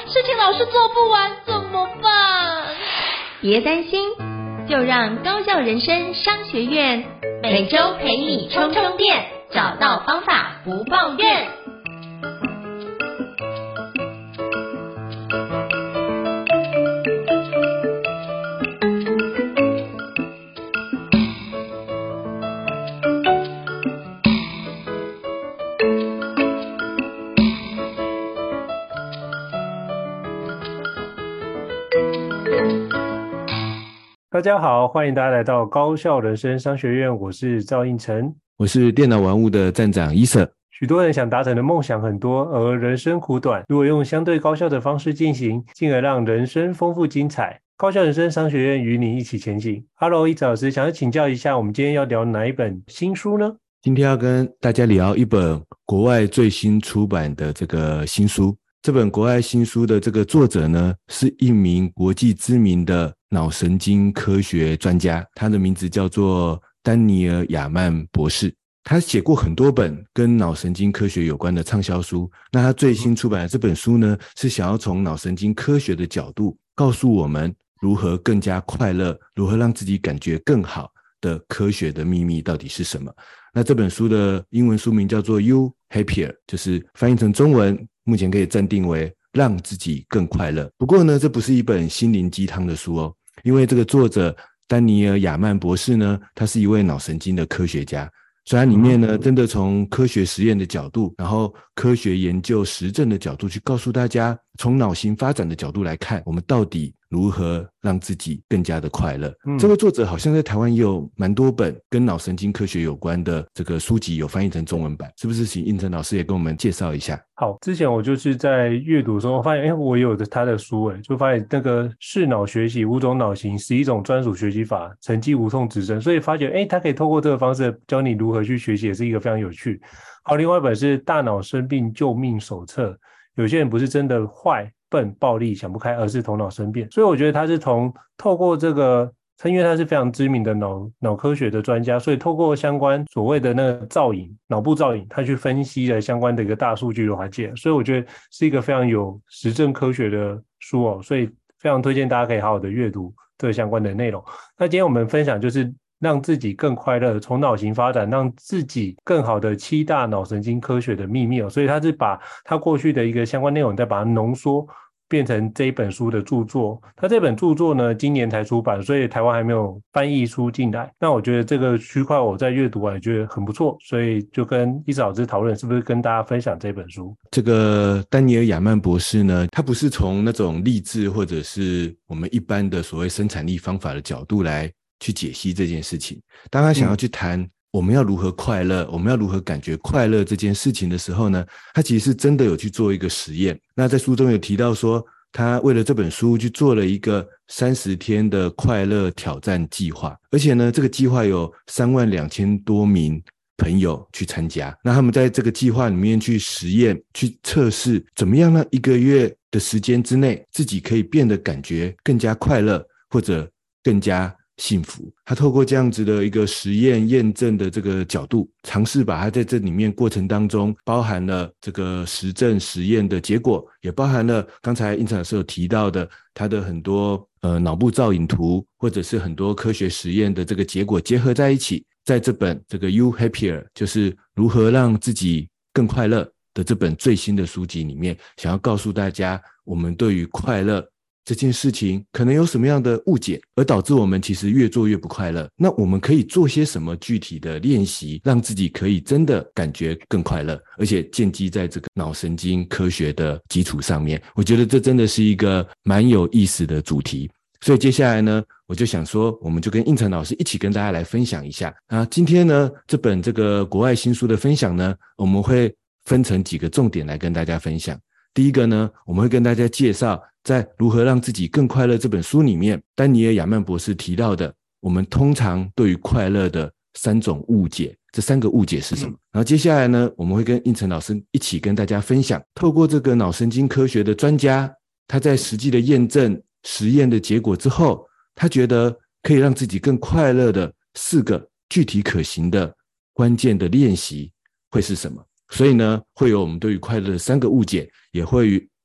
事情老是做不完，怎么办？ 别担心，就让高效人生商学院每周陪你充充电，找到方法不抱怨。 大家好，欢迎大家来到高效人生商学院，我是赵应成， 我是电脑玩物的站长伊瑟。 许多人想达成的梦想很多，而人生苦短，如果用相对高效的方式进行，进而让人生丰富精彩。高效人生商学院与你一起前行。Hello， 伊瑟老师，想要请教一下，我们今天要聊哪一本新书呢？ 今天要跟大家聊一本国外最新出版的这个新书。这本国外新书的这个作者呢，是一名国际知名的脑神经科学专家，他的名字叫做丹尼尔·亚曼博士。他写过很多本跟脑神经科学有关的畅销书，那他最新出版的这本书呢，是想要从脑神经科学的角度告诉我们如何更加快乐，如何让自己感觉更好的科学的秘密到底是什么。那这本书的英文书名叫做 You Happier， 就是翻译成中文目前可以暂定为让自己更快乐。不过呢，这不是一本心灵鸡汤的书哦，因为这个作者丹尼尔·亚曼博士呢，他是一位脑神经的科学家，所以它里面呢，真的从科学实验的角度，然后科学研究实证的角度去告诉大家，从脑型发展的角度来看，我们到底如何让自己更加的快乐。这位作者好像在台湾也有蛮多本跟脑神经科学有关的这个书籍有翻译成中文版，是不是请应成老师也跟我们介绍一下？ 好，之前我就是在阅读的时候发现我有他的书就发现那个视脑学习5种脑型11种专属学习法，成绩无痛直升，所以发觉他可以透过这个方式教你如何去学习，也是一个非常有趣。好，另外一本是大脑生病救命手册，有些人不是真的坏笨暴力想不开，而是头脑生病。所以我觉得他是透过这个，因为他是非常知名的脑科学的专家，所以透过相关所谓的那个造影，脑部造影，他去分析了相关的一个大数据的环节，所以我觉得是一个非常有实证科学的书所以非常推荐大家可以好好的阅读这相关的内容。那今天我们分享就是让自己更快乐，从脑型发展让自己更好的7大脑神经科学的秘密所以他是把他过去的一个相关内容再把它浓缩变成这一本书的著作。他这本著作呢今年才出版，所以台湾还没有翻译出进来。那我觉得这个区块我在阅读也觉得很不错，所以就跟伊瑟老师讨论是不是跟大家分享这本书。 这个丹尼尔·亚曼博士呢，他不是从那种励志或者是我们一般的所谓生产力方法的角度来去解析这件事情。当他想要去谈我们要如何快乐，我们要如何感觉快乐这件事情的时候呢，他其实是真的有去做一个实验。那在书中有提到说，他为了这本书去做了一个30天的快乐挑战计划，而且呢，这个计划有32000多名朋友去参加。那他们在这个计划里面去实验，去测试怎么样让1个月的时间之内自己可以变得感觉更加快乐或者更加幸福。他透过这样子的一个实验验证的这个角度，尝试把他在这里面过程当中包含了这个实证实验的结果，也包含了刚才应成老师有提到的他的很多脑部造影图或者是很多科学实验的这个结果结合在一起，在这本这个 You Happier 就是如何让自己更快乐的这本最新的书籍里面，想要告诉大家我们对于快乐这件事情可能有什么样的误解，而导致我们其实越做越不快乐。那我们可以做些什么具体的练习，让自己可以真的感觉更快乐，而且建基在这个脑神经科学的基础上面。我觉得这真的是一个蛮有意思的主题。所以接下来呢，我就想说我们就跟应成老师一起跟大家来分享一下今天呢这本这个国外新书的分享呢，我们会分成几个重点来跟大家分享。第一个呢，我们会跟大家介绍在如何让自己更快乐这本书里面，丹尼尔·亚曼博士提到的我们通常对于快乐的3种误解，这3个误解是什么？然后接下来呢，我们会跟应成老师一起跟大家分享，透过这个脑神经科学的专家，他在实际的验证实验的结果之后，他觉得可以让自己更快乐的4个具体可行的关键的练习会是什么。所以呢，会有我们对于快乐的3个误解，也会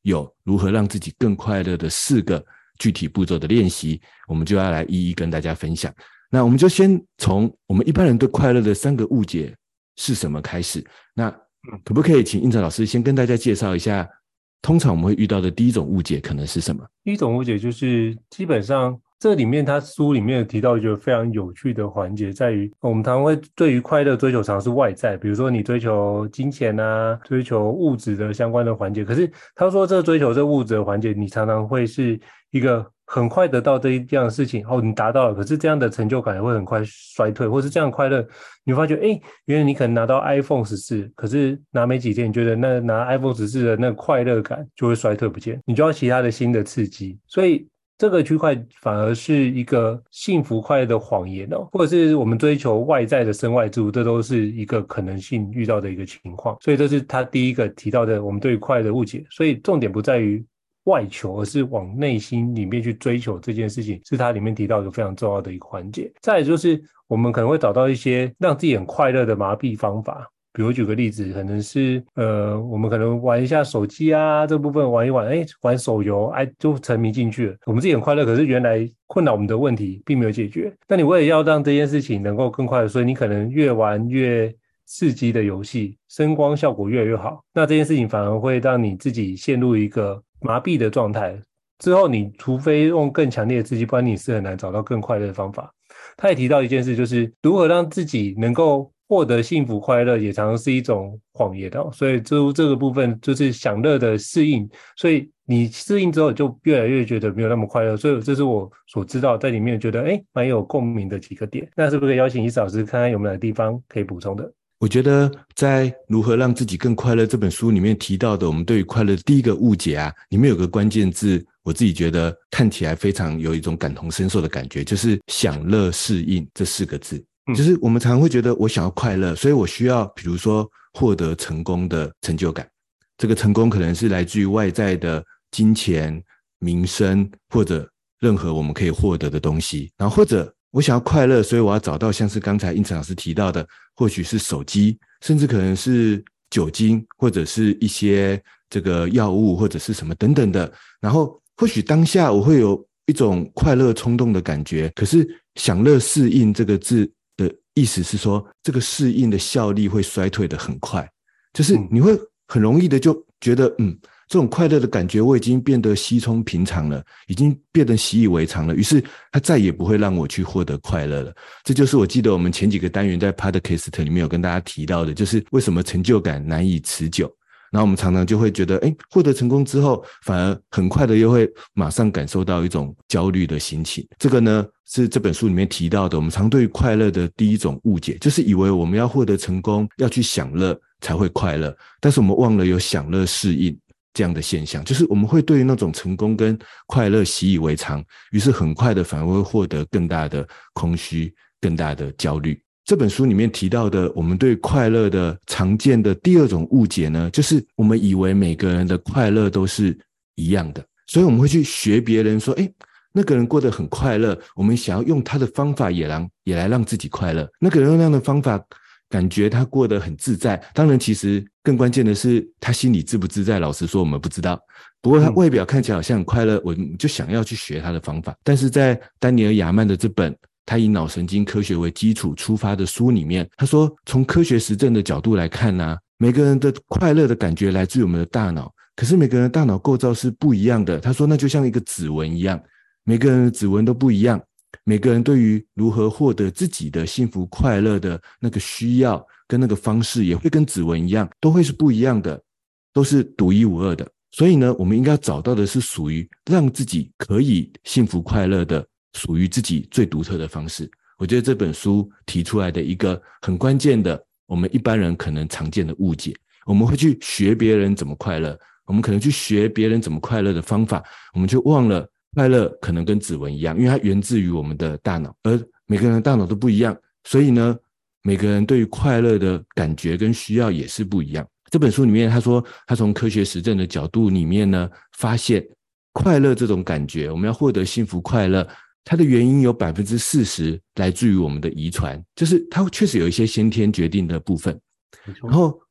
有如何让自己更快乐的4个具体步骤的练习，我们就要来一一跟大家分享。那我们就先从我们一般人对快乐的3个误解是什么开始。那可不可以请应成老师先跟大家介绍一下，通常我们会遇到的第一种误解可能是什么？ 第一种误解就是基本上这里面他书里面有提到一个非常有趣的环节，在于我们常常会对于快乐追求常常是外在，比如说你追求金钱啊，追求物质的相关的环节，可是他说这追求这物质的环节，你常常会是一个很快得到这样的事情，你达到了，可是这样的成就感也会很快衰退，或是这样快乐你会发觉原来你可能拿到 iPhone 14，可是拿没几天你觉得那拿 iPhone 14的那个快乐感就会衰退不见，你就要其他的新的刺激。所以这个区块反而是一个幸福快乐的谎言或者是我们追求外在的身外之物，这都是一个可能性遇到的一个情况。所以这是他第一个提到的我们对于快乐的误解。所以重点不在于外求，而是往内心里面去追求这件事情，是他里面提到一个非常重要的一个环节。再来就是我们可能会找到一些让自己很快乐的麻痹方法，比如举个例子，可能是我们可能玩一下手机啊，这部分玩一玩，玩手游就沉迷进去了，我们自己很快乐，可是原来困扰我们的问题并没有解决。那你为了要让这件事情能够更快乐，所以你可能越玩越刺激的游戏，声光效果越来越好，那这件事情反而会让你自己陷入一个麻痹的状态，之后你除非用更强烈的刺激，不然你是很难找到更快乐的方法。他也提到一件事，就是如何让自己能够获得幸福快乐，也常常是一种谎言所以这个部分就是享乐的适应，所以你适应之后就越来越觉得没有那么快乐。所以这是我所知道在里面觉得蛮有共鸣的几个点。那是不是可以邀请伊斯老师看看有没有哪个地方可以补充的？ 我觉得在如何让自己更快乐这本书里面提到的我们对于快乐的第一个误解里面有个关键字，我自己觉得看起来非常有一种感同身受的感觉，就是享乐适应这4个字。就是我们常常会觉得我想要快乐，所以我需要比如说获得成功的成就感，这个成功可能是来自于外在的金钱、名声或者任何我们可以获得的东西，然后或者我想要快乐，所以我要找到像是刚才应成老师提到的，或许是手机，甚至可能是酒精，或者是一些这个药物或者是什么等等的，然后或许当下我会有一种快乐冲动的感觉，可是享乐适应这个字的意思是说，这个适应的效力会衰退的很快，就是你会很容易的就觉得这种快乐的感觉我已经变得稀松平常了，已经变得习以为常了，于是它再也不会让我去获得快乐了。这就是我记得我们前几个单元在 Podcast 里面有跟大家提到的，就是为什么成就感难以持久。然后我们常常就会觉得获得成功之后反而很快的又会马上感受到一种焦虑的心情。这个呢是这本书里面提到的我们常对于快乐的第一种误解，就是以为我们要获得成功要去享乐才会快乐，但是我们忘了有享乐适应这样的现象，就是我们会对于那种成功跟快乐习以为常，于是很快的反而会获得更大的空虚，更大的焦虑。这本书里面提到的我们对快乐的常见的第二种误解呢，就是我们以为每个人的快乐都是一样的，所以我们会去学别人说那个人过得很快乐，我们想要用他的方法也来让自己快乐。那个人用那样的方法感觉他过得很自在，当然其实更关键的是他心里自不自在，老实说我们不知道，不过他外表看起来好像很快乐，我们就想要去学他的方法。但是在丹尼尔·亚曼的这本他以脑神经科学为基础出发的书里面，他说从科学实证的角度来看每个人的快乐的感觉来自于我们的大脑，可是每个人的大脑构造是不一样的。他说那就像一个指纹一样，每个人的指纹都不一样，每个人对于如何获得自己的幸福快乐的那个需要跟那个方式也会跟指纹一样，都会是不一样的，都是独一无二的。所以呢，我们应该找到的是属于让自己可以幸福快乐的，属于自己最独特的方式。我觉得这本书提出来的一个很关键的我们一般人可能常见的误解，我们会去学别人怎么快乐，我们可能去学别人怎么快乐的方法，我们就忘了快乐可能跟指纹一样，因为它源自于我们的大脑，而每个人的大脑都不一样，所以呢每个人对于快乐的感觉跟需要也是不一样。这本书里面他说他从科学实证的角度里面呢，发现快乐这种感觉，我们要获得幸福快乐，它的原因有 40% 来自于我们的遗传，就是它确实有一些先天决定的部分，然后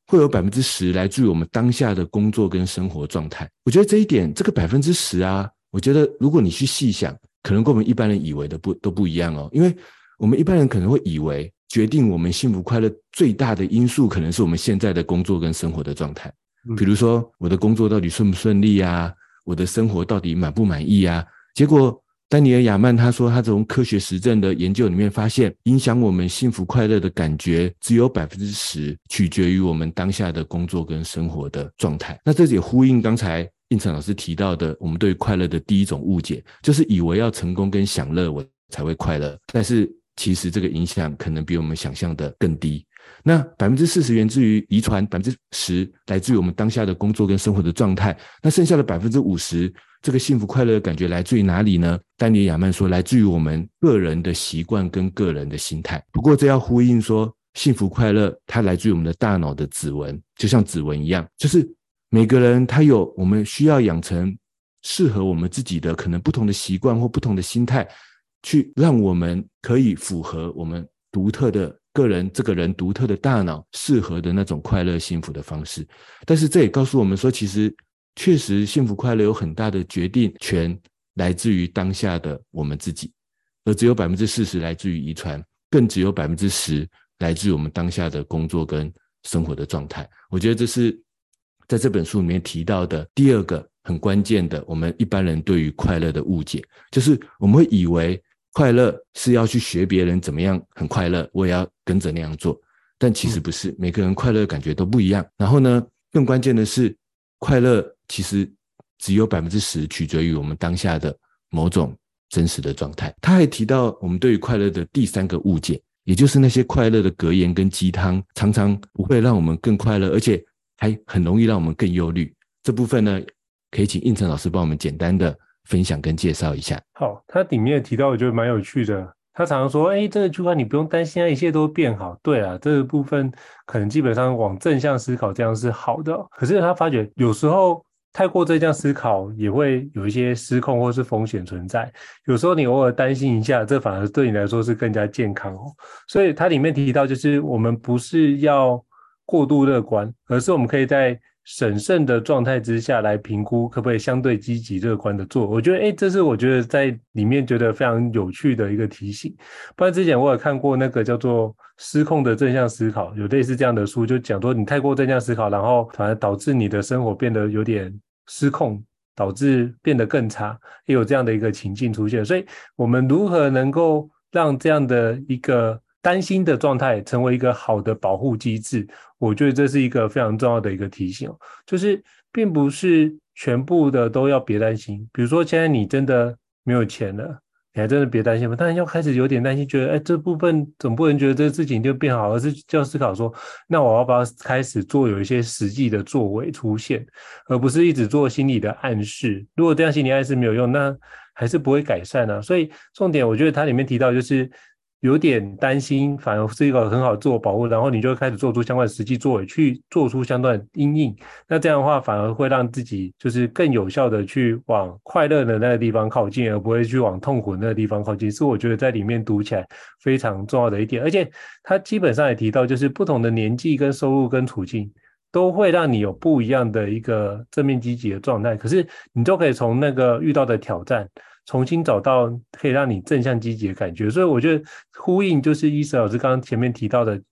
会有 10% 来自于我们当下的工作跟生活状态。我觉得这一点，这个 10% 啊，我觉得如果你去细想，可能跟我们一般人以为的都不一样哦。因为我们一般人可能会以为决定我们幸福快乐最大的因素可能是我们现在的工作跟生活的状态。比如说我的工作到底顺不顺利啊，我的生活到底满不满意啊。结果丹尼尔·亚曼他说，他从科学实证的研究里面发现，影响我们幸福快乐的感觉只有 10% 取决于我们当下的工作跟生活的状态。那这也呼应刚才应成老师提到的，我们对快乐的第一种误解，就是以为要成功跟享乐我才会快乐，但是其实这个影响可能比我们想象的更低。那 40% 源自于遗传， 10% 来自于我们当下的工作跟生活的状态，那剩下的 50%这个幸福快乐的感觉来自于哪里呢？丹尼尔·亚曼说，来自于我们个人的习惯跟个人的心态。不过这要呼应说，幸福快乐它来自于我们的大脑的指纹，就像指纹一样，就是每个人他有我们需要养成适合我们自己的可能不同的习惯或不同的心态，去让我们可以符合我们独特的个人这个人独特的大脑适合的那种快乐幸福的方式。但是这也告诉我们说，其实确实幸福快乐有很大的决定权来自于当下的我们自己，而只有 40% 来自于遗传，更只有 10% 来自于我们当下的工作跟生活的状态。我觉得这是在这本书里面提到的第二个很关键的我们一般人对于快乐的误解，就是我们会以为快乐是要去学别人怎么样很快乐，我也要跟着那样做，但其实不是，每个人快乐的感觉都不一样。然后呢，更关键的是快乐其实只有 10% 取决于我们当下的某种真实的状态。他还提到我们对于快乐的第三个误解，也就是那些快乐的格言跟鸡汤常常不会让我们更快乐，而且还很容易让我们更忧虑。这部分呢，可以请应成老师帮我们简单的分享跟介绍一下。 好，他里面提到我觉得蛮有趣的，他常常说这个句话你不用担心啊，一切都会变好。对啊，这个部分可能基本上往正向思考这样是好的，可是他发觉有时候太过正向思考也会有一些失控或是风险存在，有时候你偶尔担心一下，这反而对你来说是更加健康哦。所以他里面提到就是我们不是要过度乐观，而是我们可以在审慎的状态之下来评估可不可以相对积极乐观的做。我觉得这是我觉得在里面觉得非常有趣的一个提醒。不然之前我有看过那个叫做失控的正向思考，有类似这样的书，就讲说你太过正向思考，然后反而导致你的生活变得有点失控，导致变得更差，也有这样的一个情境出现。所以我们如何能够让这样的一个担心的状态成为一个好的保护机制，我觉得这是一个非常重要的一个提醒，就是并不是全部的都要别担心。比如说现在你真的没有钱了，你还真的别担心吗？当然要开始有点担心，觉得这部分总不能觉得这个事情就变好，而是就要思考说，那我要不要开始做有一些实际的作为出现，而不是一直做心理的暗示。如果这样心理暗示没有用，那还是不会改善啊。所以重点我觉得它里面提到就是有点担心反而是一个很好的自我保护，然后你就会开始做出相关的实际作为，去做出相关的因应。那这样的话反而会让自己就是更有效的去往快乐的那个地方靠近，而不会去往痛苦的那个地方靠近，是我觉得在里面读起来非常重要的一点。而且他基本上也提到就是不同的年纪跟收入跟处境都会让你有不一样的一个正面积极的状态，可是你都可以从那个遇到的挑战重新找到可以让你正向积极的感觉。所以我觉得呼应就是伊舍老师刚刚前面提到的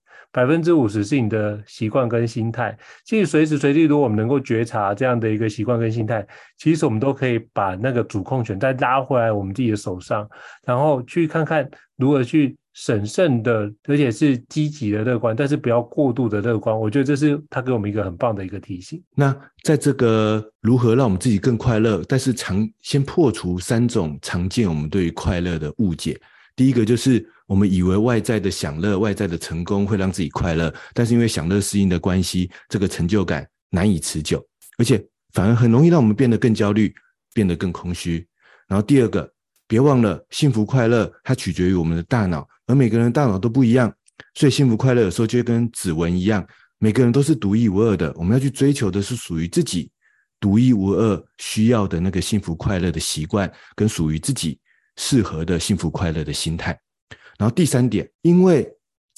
50% 是你的习惯跟心态。其实随时随地如果我们能够觉察这样的一个习惯跟心态，其实我们都可以把那个主控权再拉回来我们自己的手上，然后去看看如何去审慎的而且是积极的乐观，但是不要过度的乐观。我觉得这是他给我们一个很棒的一个提醒。 那在这个如何让我们自己更快乐，但是先破除3种常见我们对于快乐的误解。第一个就是我们以为外在的享乐外在的成功会让自己快乐，但是因为享乐适应的关系，这个成就感难以持久，而且反而很容易让我们变得更焦虑，变得更空虚。然后第二个，别忘了幸福快乐它取决于我们的大脑，而每个人的大脑都不一样，所以幸福快乐有时候就会跟指纹一样，每个人都是独一无二的，我们要去追求的是属于自己独一无二需要的那个幸福快乐的习惯，跟属于自己适合的幸福快乐的心态。然后第三点，因为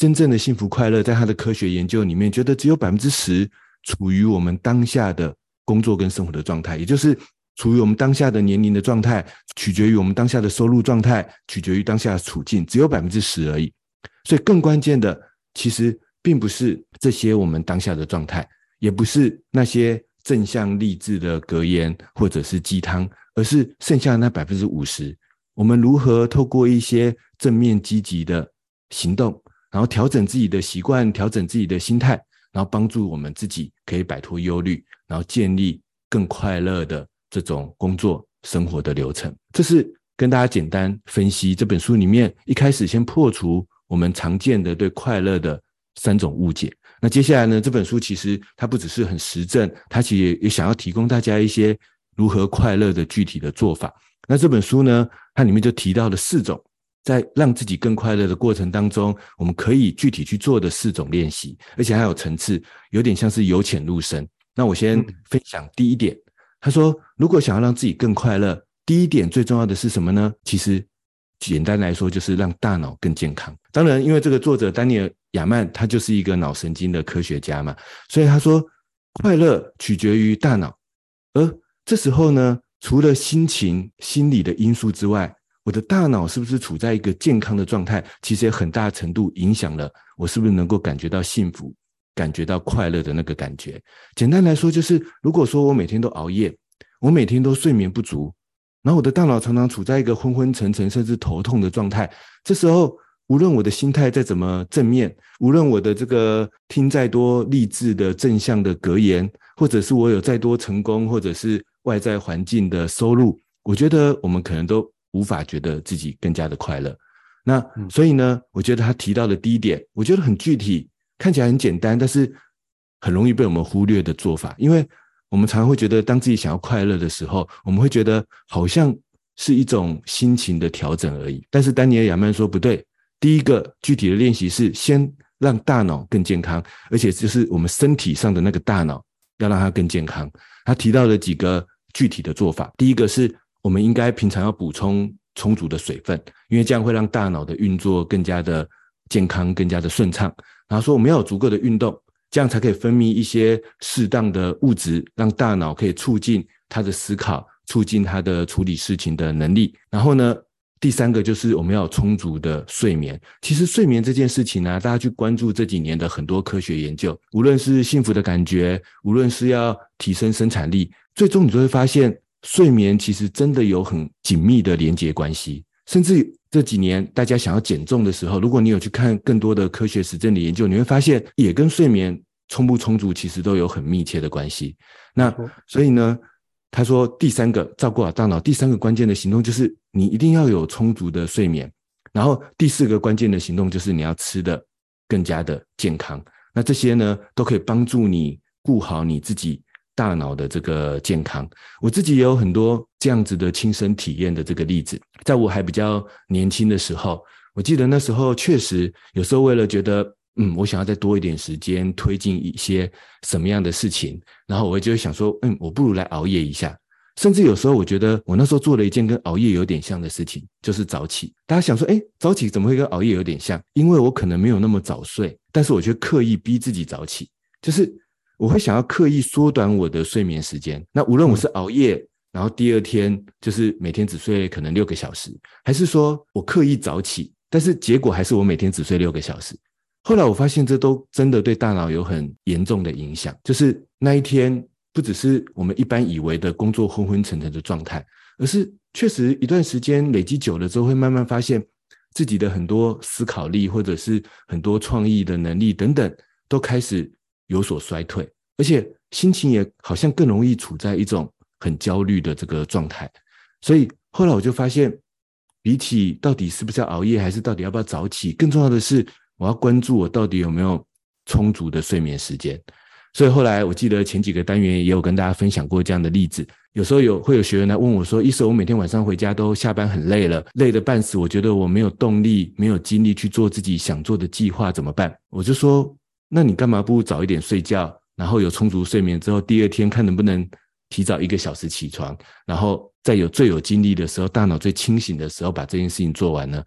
真正的幸福快乐在他的科学研究里面觉得只有 10% 处于我们当下的工作跟生活的状态，也就是处于我们当下的年龄的状态，取决于我们当下的收入状态，取决于当下的处境，只有 10% 而已。所以更关键的其实并不是这些我们当下的状态，也不是那些正向励志的格言或者是鸡汤，而是剩下的那 50%， 我们如何透过一些正面积极的行动，然后调整自己的习惯，调整自己的心态，然后帮助我们自己可以摆脱忧虑，然后建立更快乐的这种工作生活的流程。这是跟大家简单分析这本书里面一开始先破除我们常见的对快乐的3种误解。那接下来呢，这本书其实它不只是很实证，它其实也想要提供大家一些如何快乐的具体的做法。那这本书呢，它里面就提到了4种在让自己更快乐的过程当中，我们可以具体去做的4种练习，而且还有层次，有点像是由浅入深。那我先分享第一点，他说如果想要让自己更快乐，第一点最重要的是什么呢？其实简单来说就是让大脑更健康。当然因为这个作者丹尼尔·亚曼他就是一个脑神经的科学家嘛，所以他说快乐取决于大脑，而这时候呢，除了心情心理的因素之外，我的大脑是不是处在一个健康的状态，其实也很大程度影响了我是不是能够感觉到幸福，感觉到快乐的那个感觉。简单来说就是如果说我每天都熬夜，我每天都睡眠不足，然后我的大脑常常处在一个昏昏沉沉甚至头痛的状态，这时候无论我的心态再怎么正面，无论我的这个听再多励志的正向的格言，或者是我有再多成功，或者是外在环境的收入，我觉得我们可能都无法觉得自己更加的快乐。那所以呢，我觉得他提到的第一点，我觉得很具体，看起来很简单，但是很容易被我们忽略的做法。因为我们常常会觉得当自己想要快乐的时候，我们会觉得好像是一种心情的调整而已。但是丹尼尔·亚曼说不对，第一个具体的练习是先让大脑更健康，而且就是我们身体上的那个大脑要让它更健康。他提到了几个具体的做法，第一个是我们应该平常要补充充足的水分，因为这样会让大脑的运作更加的健康，更加的顺畅。然后说我们要有足够的运动，这样才可以分泌一些适当的物质，让大脑可以促进它的思考，促进它的处理事情的能力。然后呢，第3个就是我们要有充足的睡眠。其实睡眠这件事情呢，大家去关注这几年的很多科学研究，无论是幸福的感觉，无论是要提升生产力，最终你就会发现睡眠其实真的有很紧密的连结关系。甚至这几年大家想要减重的时候，如果你有去看更多的科学实证的研究，你会发现也跟睡眠充不充足其实都有很密切的关系。那所以呢，他说第3个照顾好大脑，第3个关键的行动就是你一定要有充足的睡眠，然后第4个关键的行动就是你要吃的更加的健康。那这些呢都可以帮助你顾好你自己大脑的这个健康。我自己也有很多这样子的亲身体验的这个例子。在我还比较年轻的时候，我记得那时候确实有时候为了觉得我想要再多一点时间推进一些什么样的事情，然后我就会想说我不如来熬夜一下。甚至有时候我觉得我那时候做了一件跟熬夜有点像的事情，就是早起。大家想说早起怎么会跟熬夜有点像？因为我可能没有那么早睡，但是我却刻意逼自己早起，就是我会想要刻意缩短我的睡眠时间。那无论我是熬夜然后第2天就是每天只睡可能6个小时，还是说我刻意早起，但是结果还是我每天只睡6个小时。后来我发现这都真的对大脑有很严重的影响，就是那一天不只是我们一般以为的工作昏昏沉沉的状态，而是确实一段时间累积久了之后，会慢慢发现自己的很多思考力或者是很多创意的能力等等都开始有所衰退，而且心情也好像更容易处在一种很焦虑的这个状态。所以后来我就发现，比起到底是不是要熬夜还是到底要不要早起，更重要的是我要关注我到底有没有充足的睡眠时间。所以后来我记得前几个单元也有跟大家分享过这样的例子。有时候会有学员来问我说，医生，我每天晚上回家都下班很累了，累得半死，我觉得我没有动力没有精力去做自己想做的计划，怎么办？我就说，那你干嘛不早一点睡觉，然后有充足睡眠之后，第2天看能不能提早1个小时起床，然后在最有精力的时候，大脑最清醒的时候把这件事情做完呢？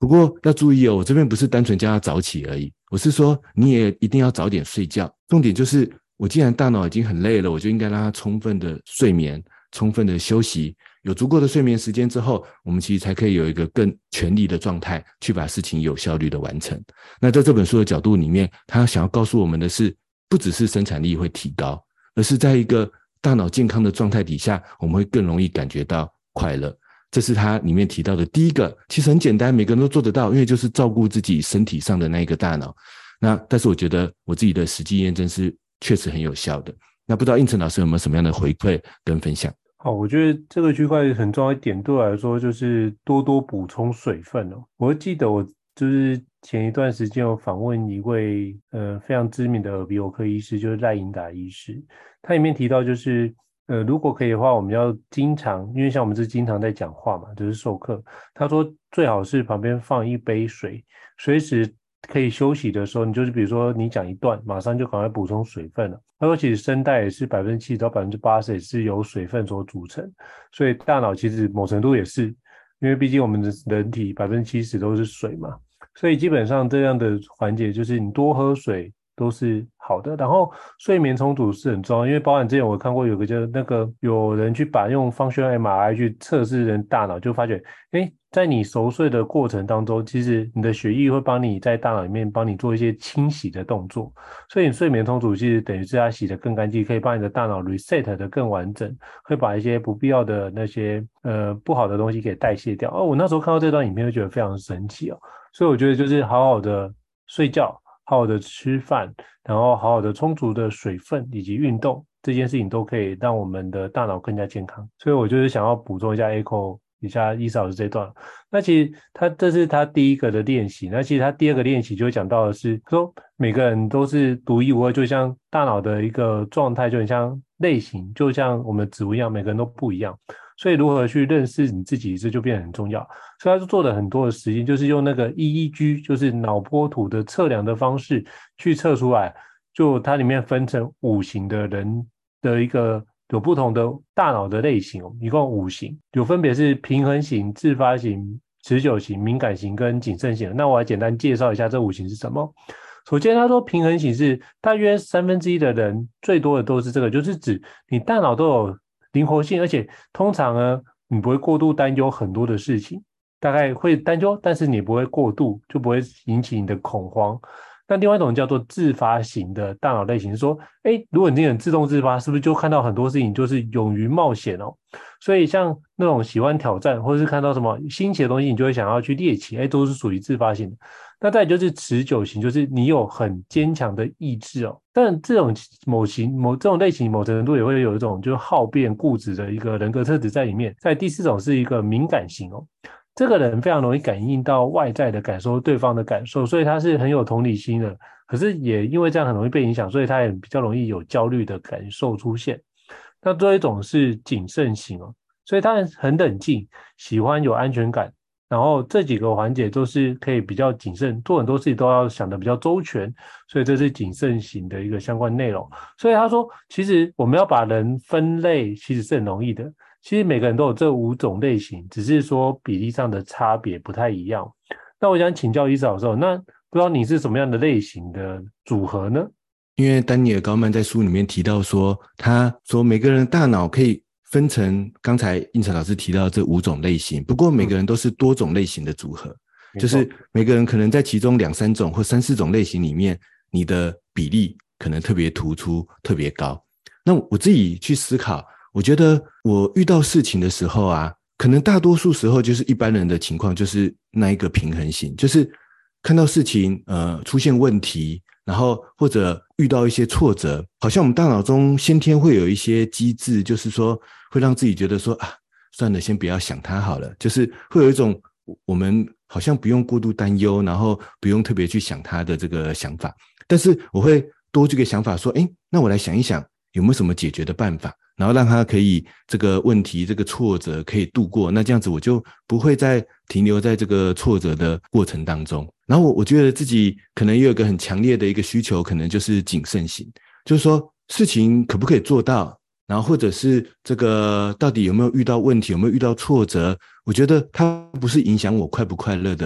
不过要注意哦，我这边不是单纯叫他早起而已，我是说你也一定要早点睡觉。重点就是我既然大脑已经很累了，我就应该让他充分的睡眠，充分的休息，有足够的睡眠时间之后，我们其实才可以有一个更全力的状态去把事情有效率的完成。那在这本书的角度里面，他想要告诉我们的是，不只是生产力会提高，而是在一个大脑健康的状态底下，我们会更容易感觉到快乐。这是他里面提到的第一个，其实很简单，每个人都做得到，因为就是照顾自己身体上的那一个大脑。那但是我觉得我自己的实际验证是确实很有效的。那不知道应成老师有没有什么样的回馈跟分享？ 好，我觉得这个区块很重要一点，对我来说就是多多补充水分哦。我记得我就是前一段时间有访问一位非常知名的耳鼻喉科医师，就是赖颖达医师，他里面提到就是如果可以的话，我们要经常，因为像我们是经常在讲话嘛，就是授课，他说最好是旁边放一杯水，随时可以休息的时候，你就是比如说你讲一段，马上就赶快补充水分了。他说其实声带也是70%到80%也是由水分所组成，所以大脑其实某程度也是，因为毕竟我们的人体70%都是水嘛，所以基本上这样的环节就是你多喝水都是好的。然后睡眠充足是很重要，因为包含之前我看过有个就那个有人去把用 functional MRI 去测试人大脑，就发觉在你熟睡的过程当中，其实你的血液会帮你在大脑里面帮你做一些清洗的动作，所以你睡眠充足其实等于是它洗得更干净，可以帮你的大脑 reset 得更完整，会把一些不必要的那些不好的东西给代谢掉。我那时候看到这段影片就觉得非常神奇哦，所以我觉得就是好好的睡觉，好好的吃饭，然后好好的充足的水分以及运动，这件事情都可以让我们的大脑更加健康。所以我就是想要补充一下 Echo 一下伊嫂的这段。那其实这是他第一个的练习，那其实他第二个练习就讲到的是说每个人都是独一无二，就像大脑的一个状态就很像类型，就像我们植物一样，每个人都不一样，所以如何去认识你自己，这就变得很重要。所以他就做了很多的实验，就是用那个 EEG 就是脑波图的测量的方式去测出来，就它里面分成5型的人的一个有不同的大脑的类型一共5型，有分别是平衡型、自发型、持久型、敏感型跟谨慎型。那我来简单介绍一下这5型是什么。首先他说平衡型是大约1/3的人最多的都是这个，就是指你大脑都有灵活性，而且通常呢你不会过度担忧很多的事情，大概会担忧，但是你不会过度，就不会引起你的恐慌。那另外一种叫做自发型的大脑类型，是说如果你这个人自动自发，是不是就看到很多事情就是勇于冒险哦？所以像那种喜欢挑战或是看到什么新奇的东西，你就会想要去猎奇，都是属于自发型的。那再来就是持久型，就是你有很坚强的意志哦。但这种这种类型某程度也会有一种就是好变固执的一个人格特质在里面。在第4种是一个敏感型哦。这个人非常容易感应到外在的感受，对方的感受，所以他是很有同理心的，可是也因为这样很容易被影响，所以他也比较容易有焦虑的感受出现。那最后一种是谨慎型哦，所以他很冷静，喜欢有安全感，然后这几个环节都是可以比较谨慎，做很多事情都要想得比较周全，所以这是谨慎型的一个相关内容。所以他说其实我们要把人分类其实是很容易的，其实每个人都有这5种类型，只是说比例上的差别不太一样。那我想请教伊嫂的时候，那不知道你是什么样的类型的组合呢？ 因为丹尼尔·高曼在书里面提到说，他说每个人的大脑可以分成刚才应成老师提到这5种类型，不过每个人都是多种类型的组合，就是每个人可能在其中2-3种或3-4种类型里面，你的比例可能特别突出，特别高。那我自己去思考，我觉得我遇到事情的时候啊，可能大多数时候就是一般人的情况，就是那一个平衡型，就是看到事情出现问题，然后或者遇到一些挫折，好像我们大脑中先天会有一些机制，就是说会让自己觉得说算了，先不要想它好了，就是会有一种我们好像不用过度担忧，然后不用特别去想它的这个想法。但是我会多这个想法说，那我来想一想有没有什么解决的办法，然后让他可以这个问题这个挫折可以度过，那这样子我就不会再停留在这个挫折的过程当中。然后我觉得自己可能也有一个很强烈的一个需求，可能就是谨慎型，就是说事情可不可以做到，然后或者是这个到底有没有遇到问题，有没有遇到挫折，我觉得它不是影响我快不快乐的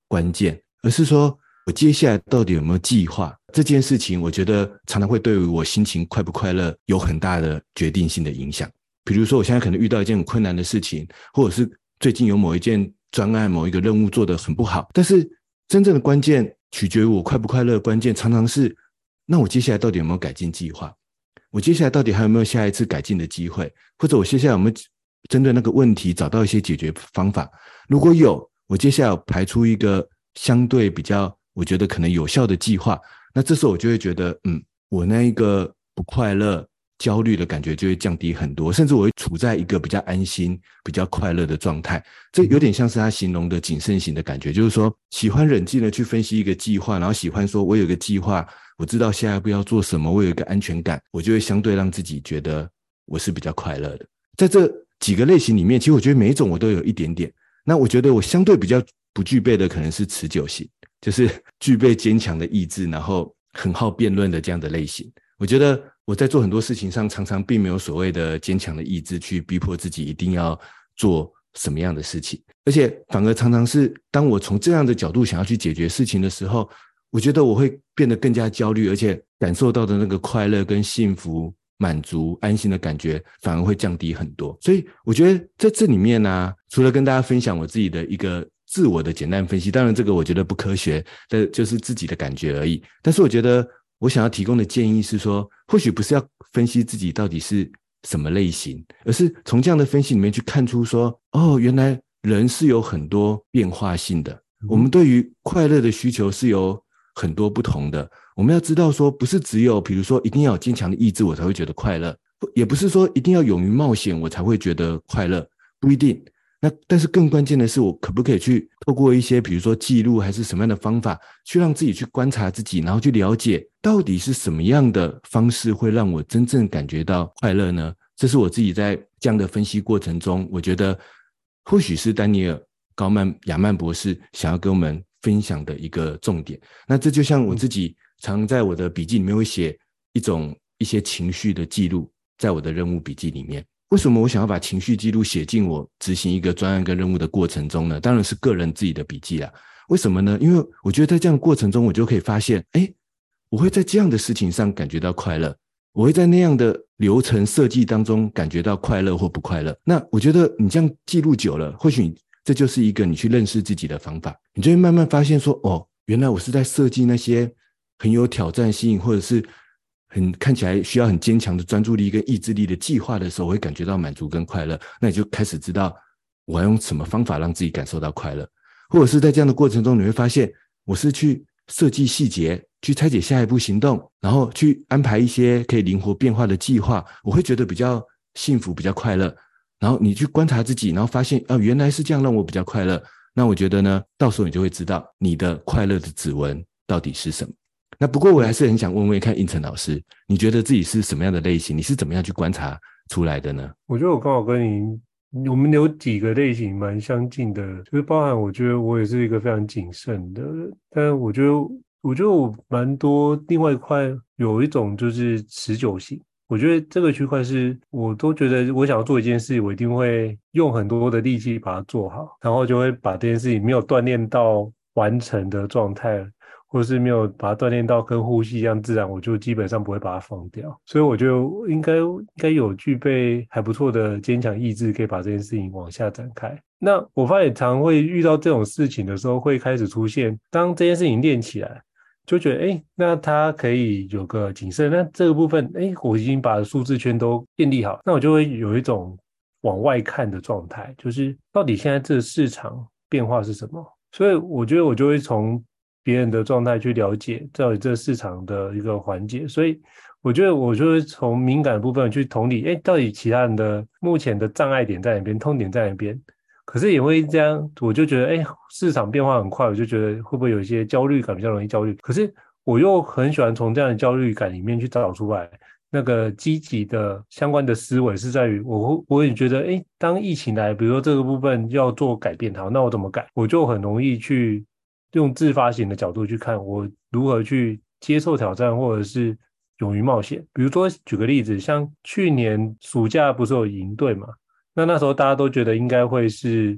关键，而是说我接下来到底有没有计划。这件事情我觉得常常会对于我心情快不快乐有很大的决定性的影响。比如说我现在可能遇到一件很困难的事情，或者是最近有某一件专案某一个任务做得很不好，但是真正的关键取决于我快不快乐的关键常常是，那我接下来到底有没有改进计划，我接下来到底还有没有下一次改进的机会，或者我接下来有没有针对那个问题找到一些解决方法。如果有，我接下来排出一个相对比较我觉得可能有效的计划，那这时候我就会觉得我那一个不快乐焦虑的感觉就会降低很多，甚至我会处在一个比较安心比较快乐的状态。这有点像是他形容的谨慎型的感觉，就是说喜欢冷静的去分析一个计划，然后喜欢说我有一个计划，我知道下一步要做什么，我有一个安全感，我就会相对让自己觉得我是比较快乐的。在这几个类型里面，其实我觉得每一种我都有一点点。那我觉得我相对比较不具备的可能是持久型，就是具备坚强的意志，然后很好辩论的这样的类型。我觉得我在做很多事情上常常并没有所谓的坚强的意志去逼迫自己一定要做什么样的事情，而且反而常常是当我从这样的角度想要去解决事情的时候，我觉得我会变得更加焦虑，而且感受到的那个快乐跟幸福满足安心的感觉反而会降低很多。所以我觉得在这里面呢，除了跟大家分享我自己的一个自我的简单分析，当然这个我觉得不科学，这就是自己的感觉而已，但是我觉得我想要提供的建议是说，或许不是要分析自己到底是什么类型，而是从这样的分析里面去看出说，原来人是有很多变化性的，我们对于快乐的需求是有很多不同的。我们要知道说，不是只有比如说一定要有坚强的意志我才会觉得快乐，也不是说一定要勇于冒险我才会觉得快乐，不一定。那但是更关键的是，我可不可以去透过一些比如说记录还是什么样的方法，去让自己去观察自己，然后去了解到底是什么样的方式会让我真正感觉到快乐呢？这是我自己在这样的分析过程中，我觉得或许是丹尼尔·高曼亚曼博士想要跟我们分享的一个重点。那这就像我自己常在我的笔记里面会写一些情绪的记录，在我的任务笔记里面。为什么我想要把情绪记录写进我执行一个专案跟任务的过程中呢？当然是个人自己的笔记啦。为什么呢？因为我觉得在这样的过程中，我就可以发现，我会在这样的事情上感觉到快乐，我会在那样的流程设计当中感觉到快乐或不快乐。那我觉得你这样记录久了，或许这就是一个你去认识自己的方法。你就会慢慢发现说，原来我是在设计那些很有挑战性或者是看起来需要很坚强的专注力跟意志力的计划的时候，我会感觉到满足跟快乐。那你就开始知道我要用什么方法让自己感受到快乐。或者是在这样的过程中，你会发现我是去设计细节，去拆解下一步行动，然后去安排一些可以灵活变化的计划，我会觉得比较幸福比较快乐。然后你去观察自己，然后发现原来是这样让我比较快乐。那我觉得呢，到时候你就会知道你的快乐的指纹到底是什么。那不过我还是很想问问看应成老师，你觉得自己是什么样的类型？你是怎么样去观察出来的呢？ 我觉得我刚好跟我们有几个类型蛮相近的，就是包含我觉得我也是一个非常谨慎的人，但我觉得我蛮多另外一块有一种就是持久性。我觉得这个区块是我都觉得我想要做一件事，我一定会用很多的力气把它做好，然后就会把这件事情没有锻炼到完成的状态，或者是没有把它锻炼到跟呼吸一样自然，我就基本上不会把它放掉。所以我觉得应该有具备还不错的坚强意志，可以把这件事情往下展开。那我发现常会遇到这种事情的时候，会开始出现，当这件事情练起来，就觉得那它可以有个谨慎，那这个部分我已经把数字圈都建立好，那我就会有一种往外看的状态，就是到底现在这个市场变化是什么。所以我觉得我就会从别人的状态去了解到底这市场的一个环节，所以我觉得我就会从敏感的部分去同理，到底其他人的目前的障碍点在哪边，痛点在哪边。可是也会这样，我就觉得市场变化很快，我就觉得会不会有一些焦虑感，比较容易焦虑。可是我又很喜欢从这样的焦虑感里面去找出来那个积极的相关的思维，是在于我也觉得当疫情来，比如说这个部分要做改变，好，那我怎么改？我就很容易去用自发型的角度去看我如何去接受挑战，或者是勇于冒险。比如说举个例子，像去年暑假不是有营队嘛，那时候大家都觉得应该会是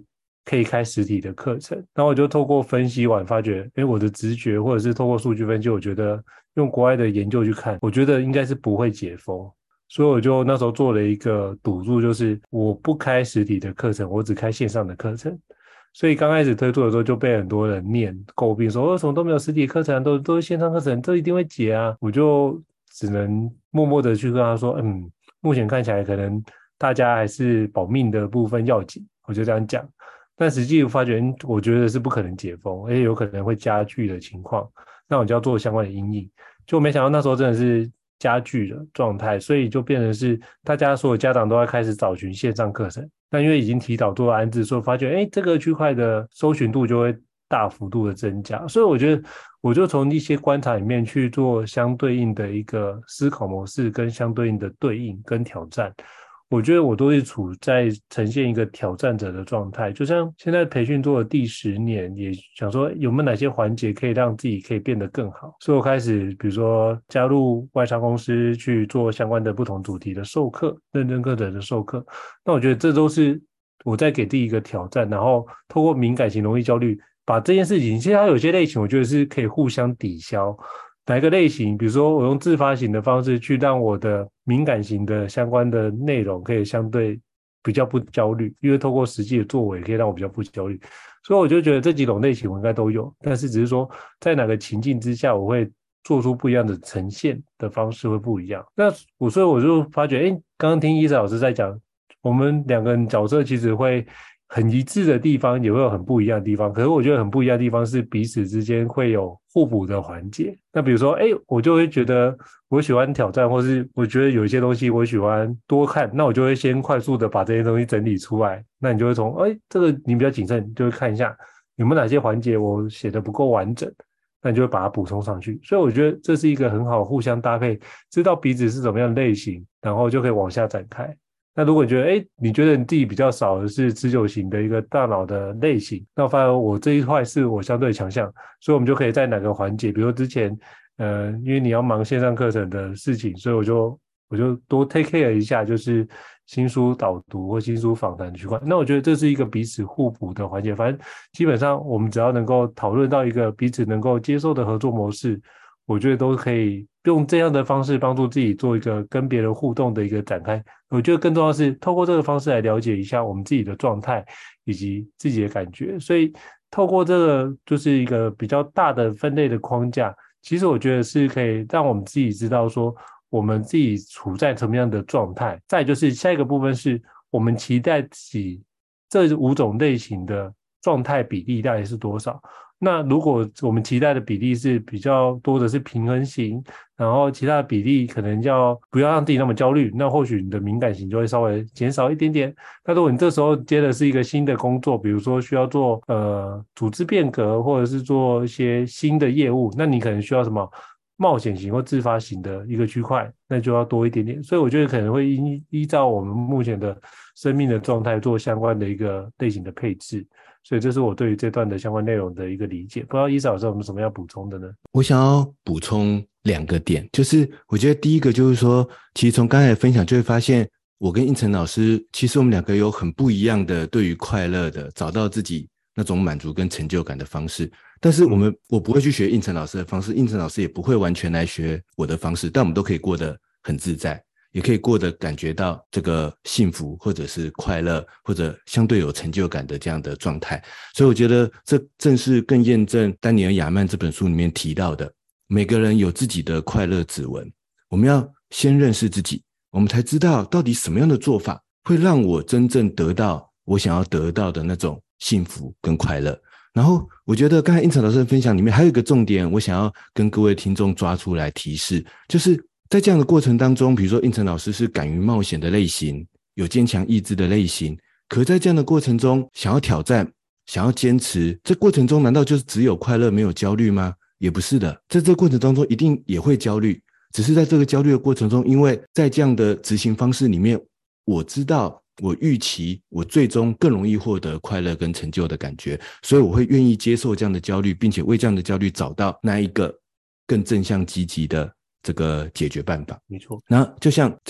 可以开实体的课程。然后我就透过分析完发觉，我的直觉或者是透过数据分析，我觉得用国外的研究去看，我觉得应该是不会解封。所以我就那时候做了一个赌注，就是我不开实体的课程，我只开线上的课程。所以刚开始推出的时候就被很多人诟病说，为什么都没有实体课程，都是线上课程，这一定会解啊。我就只能默默的去跟他说，目前看起来可能大家还是保命的部分要紧，我就这样讲。但实际发觉，我觉得是不可能解封，而且有可能会加剧的情况，那我就要做相关的因应。就没想到那时候真的是加剧的状态，所以就变成是大家所有家长都要开始找寻线上课程。那因为已经提早做了安置，所以发觉这个区块的搜寻度就会大幅度的增加。所以我觉得我就从一些观察里面去做相对应的一个思考模式跟相对应的对应跟挑战。我觉得我都是处在呈现一个挑战者的状态，就像现在培训做了第10年，也想说有没有哪些环节可以让自己可以变得更好，所以我开始比如说加入外商公司去做相关的不同主题的授课，认证课程的授课。那我觉得这都是我在给自己一个挑战，然后透过敏感型容易焦虑把这件事情，其实它有些类型我觉得是可以互相抵消。哪一个类型，比如说我用自发型的方式去让我的敏感型的相关的内容可以相对比较不焦虑，因为透过实际的作为可以让我比较不焦虑。所以我就觉得这几种类型我应该都有，但是只是说在哪个情境之下我会做出不一样的呈现的方式会不一样。所以我就发觉刚刚听伊莎老师在讲，我们两个人角色其实会很一致的地方，也会有很不一样的地方，可是我觉得很不一样的地方是彼此之间会有互补的环节。那比如说我就会觉得我喜欢挑战，或是我觉得有一些东西我喜欢多看，那我就会先快速的把这些东西整理出来。那你就会从这个你比较谨慎，就会看一下有没有哪些环节我写的不够完整，那你就会把它补充上去。所以我觉得这是一个很好互相搭配，知道彼此是怎么样的类型，然后就可以往下展开。那如果你觉得你觉得你自己比较少的是持久型的一个大脑的类型，那我发现我这一块是我相对强项，所以我们就可以在哪个环节，比如说之前因为你要忙线上课程的事情，所以我就多 take care 一下，就是新书导读或新书访谈的区块。那我觉得这是一个彼此互补的环节，反正基本上我们只要能够讨论到一个彼此能够接受的合作模式，我觉得都可以用这样的方式帮助自己做一个跟别人互动的一个展开。我觉得更重要的是透过这个方式来了解一下我们自己的状态以及自己的感觉。所以透过这个就是一个比较大的分类的框架，其实我觉得是可以让我们自己知道说我们自己处在什么样的状态。再就是下一个部分是我们期待起这5种类型的状态比例大概是多少。那如果我们期待的比例是比较多的是平衡型，然后其他的比例可能不要让自己那么焦虑，那或许你的敏感型就会稍微减少一点点。那如果你这时候接的是一个新的工作，比如说需要做组织变革，或者是做一些新的业务，那你可能需要什么冒险型或自发型的一个区块，那就要多一点点。所以我觉得可能会依照我们目前的生命的状态做相关的一个类型的配置。所以这是我对于这段的相关内容的一个理解。不知道伊莎老师有没有什么要补充的呢？ 我想要补充2个点，就是我觉得第一个就是说，其实从刚才的分享就会发现，我跟应成老师其实我们2个有很不一样的对于快乐的找到自己那种满足跟成就感的方式。但是我不会去学应成老师的方式，应成老师也不会完全来学我的方式，但我们都可以过得很自在，也可以过得感觉到这个幸福或者是快乐或者相对有成就感的这样的状态。所以我觉得这正是更验证丹尼尔·亚曼这本书里面提到的，每个人有自己的快乐指纹。我们要先认识自己，我们才知道到底什么样的做法会让我真正得到我想要得到的那种幸福跟快乐。然后我觉得刚才应成老师的分享里面还有一个重点，我想要跟各位听众抓出来提示，就是在这样的过程当中，比如说应成老师是敢于冒险的类型，有坚强意志的类型，可在这样的过程中想要挑战，想要坚持，这过程中难道就是只有快乐没有焦虑吗？也不是的，在这个过程当中一定也会焦虑，只是在这个焦虑的过程中，因为在这样的执行方式里面，我知道我预期我最终更容易获得快乐跟成就的感觉，所以我会愿意接受这样的焦虑，并且为这样的焦虑找到那一个更正向积极的这个解决办法。 没错。 那就像在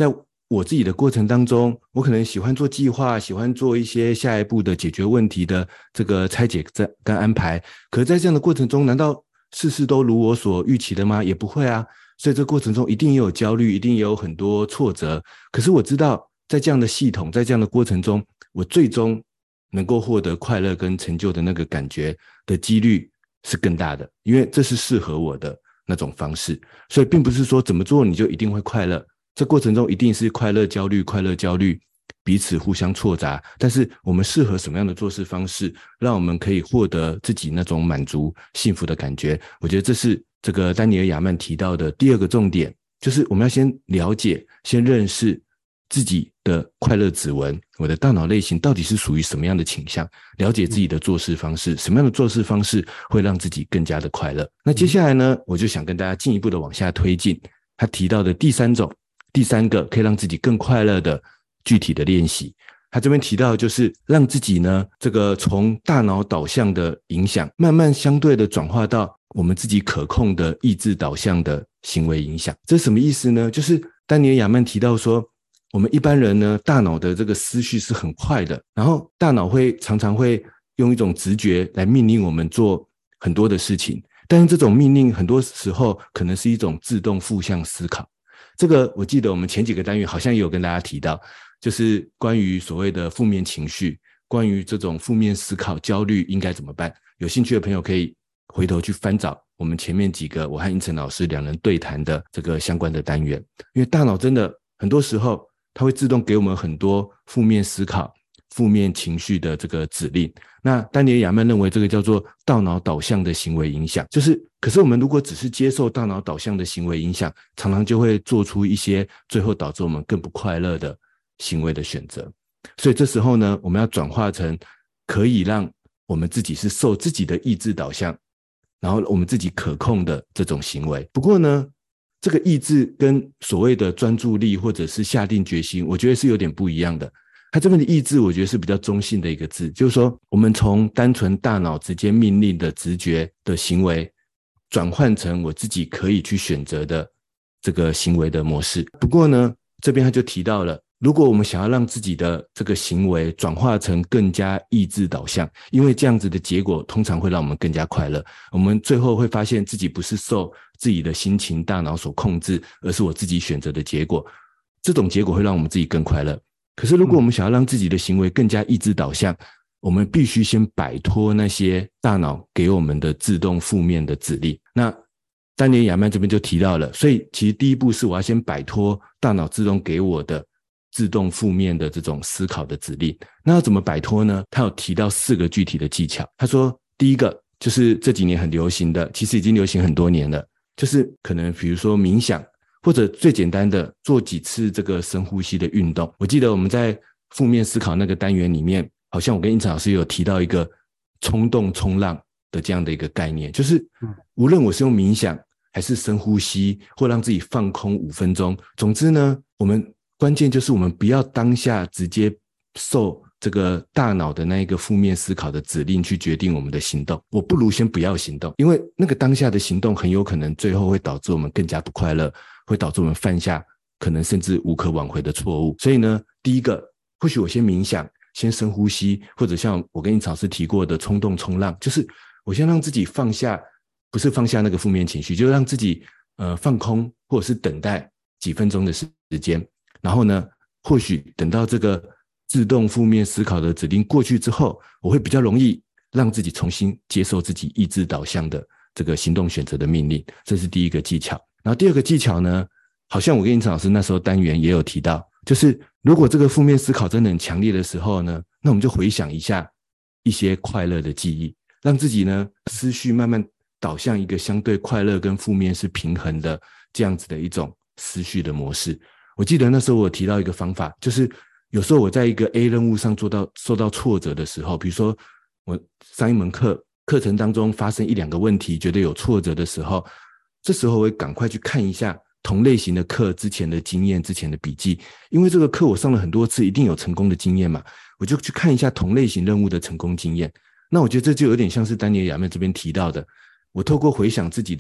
我自己的过程当中，我可能喜欢做计划，喜欢做一些下一步的解决问题的这个拆解跟安排，可是在这样的过程中，难道事事都如我所预期的吗？也不会啊。所以这过程中一定也有焦虑，一定也有很多挫折，可是我知道在这样的系统，在这样的过程中，我最终能够获得快乐跟成就的那个感觉的几率是更大的，因为这是适合我的那种方式。所以并不是说怎么做你就一定会快乐，这过程中一定是快乐焦虑彼此互相错杂，但是我们适合什么样的做事方式，让我们可以获得自己那种满足幸福的感觉，我觉得这是这个丹尼尔·亚曼提到的第二个重点，就是我们要先了解，先认识自己的快乐指纹，我的大脑类型到底是属于什么样的倾向，了解自己的做事方式，什么样的做事方式会让自己更加的快乐。那接下来呢，我就想跟大家进一步的往下推进他提到的第三个可以让自己更快乐的具体的练习。他这边提到就是让自己呢，这个从大脑导向的影响慢慢相对的转化到我们自己可控的意志导向的行为影响。这是什么意思呢？就是丹尼尔·亚曼提到说，我们一般人呢，大脑的这个思绪是很快的，然后大脑常常会用一种直觉来命令我们做很多的事情，但是这种命令很多时候可能是一种自动负向思考。这个我记得我们前几个单元好像也有跟大家提到，就是关于所谓的负面情绪，关于这种负面思考、焦虑应该怎么办。有兴趣的朋友可以回头去翻找我们前面几个我和英成老师两人对谈的这个相关的单元，因为大脑真的很多时候它会自动给我们很多负面思考、负面情绪的这个指令。那丹尼尔·亚曼认为这个叫做大脑导向的行为影响，可是我们如果只是接受大脑导向的行为影响，常常就会做出一些最后导致我们更不快乐的行为的选择。所以这时候呢，我们要转化成可以让我们自己是受自己的意志导向，然后我们自己可控的这种行为。不过呢，这个意志跟所谓的专注力或者是下定决心，我觉得是有点不一样的。他这边的意志我觉得是比较中性的一个字，就是说我们从单纯大脑直接命令的直觉的行为转换成我自己可以去选择的这个行为的模式。不过呢，这边他就提到了，如果我们想要让自己的这个行为转化成更加意志导向，因为这样子的结果通常会让我们更加快乐，我们最后会发现自己不是受自己的心情大脑所控制，而是我自己选择的结果，这种结果会让我们自己更快乐。可是如果我们想要让自己的行为更加意志导向，我们必须先摆脱那些大脑给我们的自动负面的指令。那丹尼尔·亚曼这边就提到了，所以其实第一步是我要先摆脱大脑自动给我的自动负面的这种思考的指令。那要怎么摆脱呢？他有提到4个具体的技巧。他说第一个就是这几年很流行的，其实已经流行很多年了，就是可能比如说冥想，或者最简单的做几次这个深呼吸的运动。我记得我们在负面思考那个单元里面，好像我跟英成老师有提到一个冲动冲浪的这样的一个概念，就是无论我是用冥想还是深呼吸，或让自己放空5分钟，总之呢，我们关键就是我们不要当下直接受这个大脑的那一个负面思考的指令去决定我们的行动。我不如先不要行动，因为那个当下的行动很有可能最后会导致我们更加不快乐，会导致我们犯下可能甚至无可挽回的错误。所以呢，第一个，或许我先冥想，先深呼吸，或者像我跟英老师提过的冲动冲浪，就是我先让自己放下，不是放下那个负面情绪，就让自己放空，或者是等待几分钟的时间。然后呢，或许等到这个自动负面思考的指令过去之后，我会比较容易让自己重新接受自己意志导向的这个行动选择的命令。这是第一个技巧。然后第二个技巧呢，好像我跟英成老师那时候单元也有提到，就是如果这个负面思考真的很强烈的时候呢，那我们就回想一下一些快乐的记忆，让自己呢思绪慢慢导向一个相对快乐跟负面是平衡的这样子的一种思绪的模式。我记得那时候我有提到一个方法，就是有时候我在一个 A 任务上受到挫折的时候，比如说我上一门课程当中发生1-2个问题，觉得有挫折的时候，这时候我会赶快去看一下同类型的课之前的经验、之前的笔记，因为这个课我上了很多次，一定有成功的经验嘛，我就去看一下同类型任务的成功经验。那我觉得这就有点像是丹尼尔·亚曼这边提到的，我透过回想自己的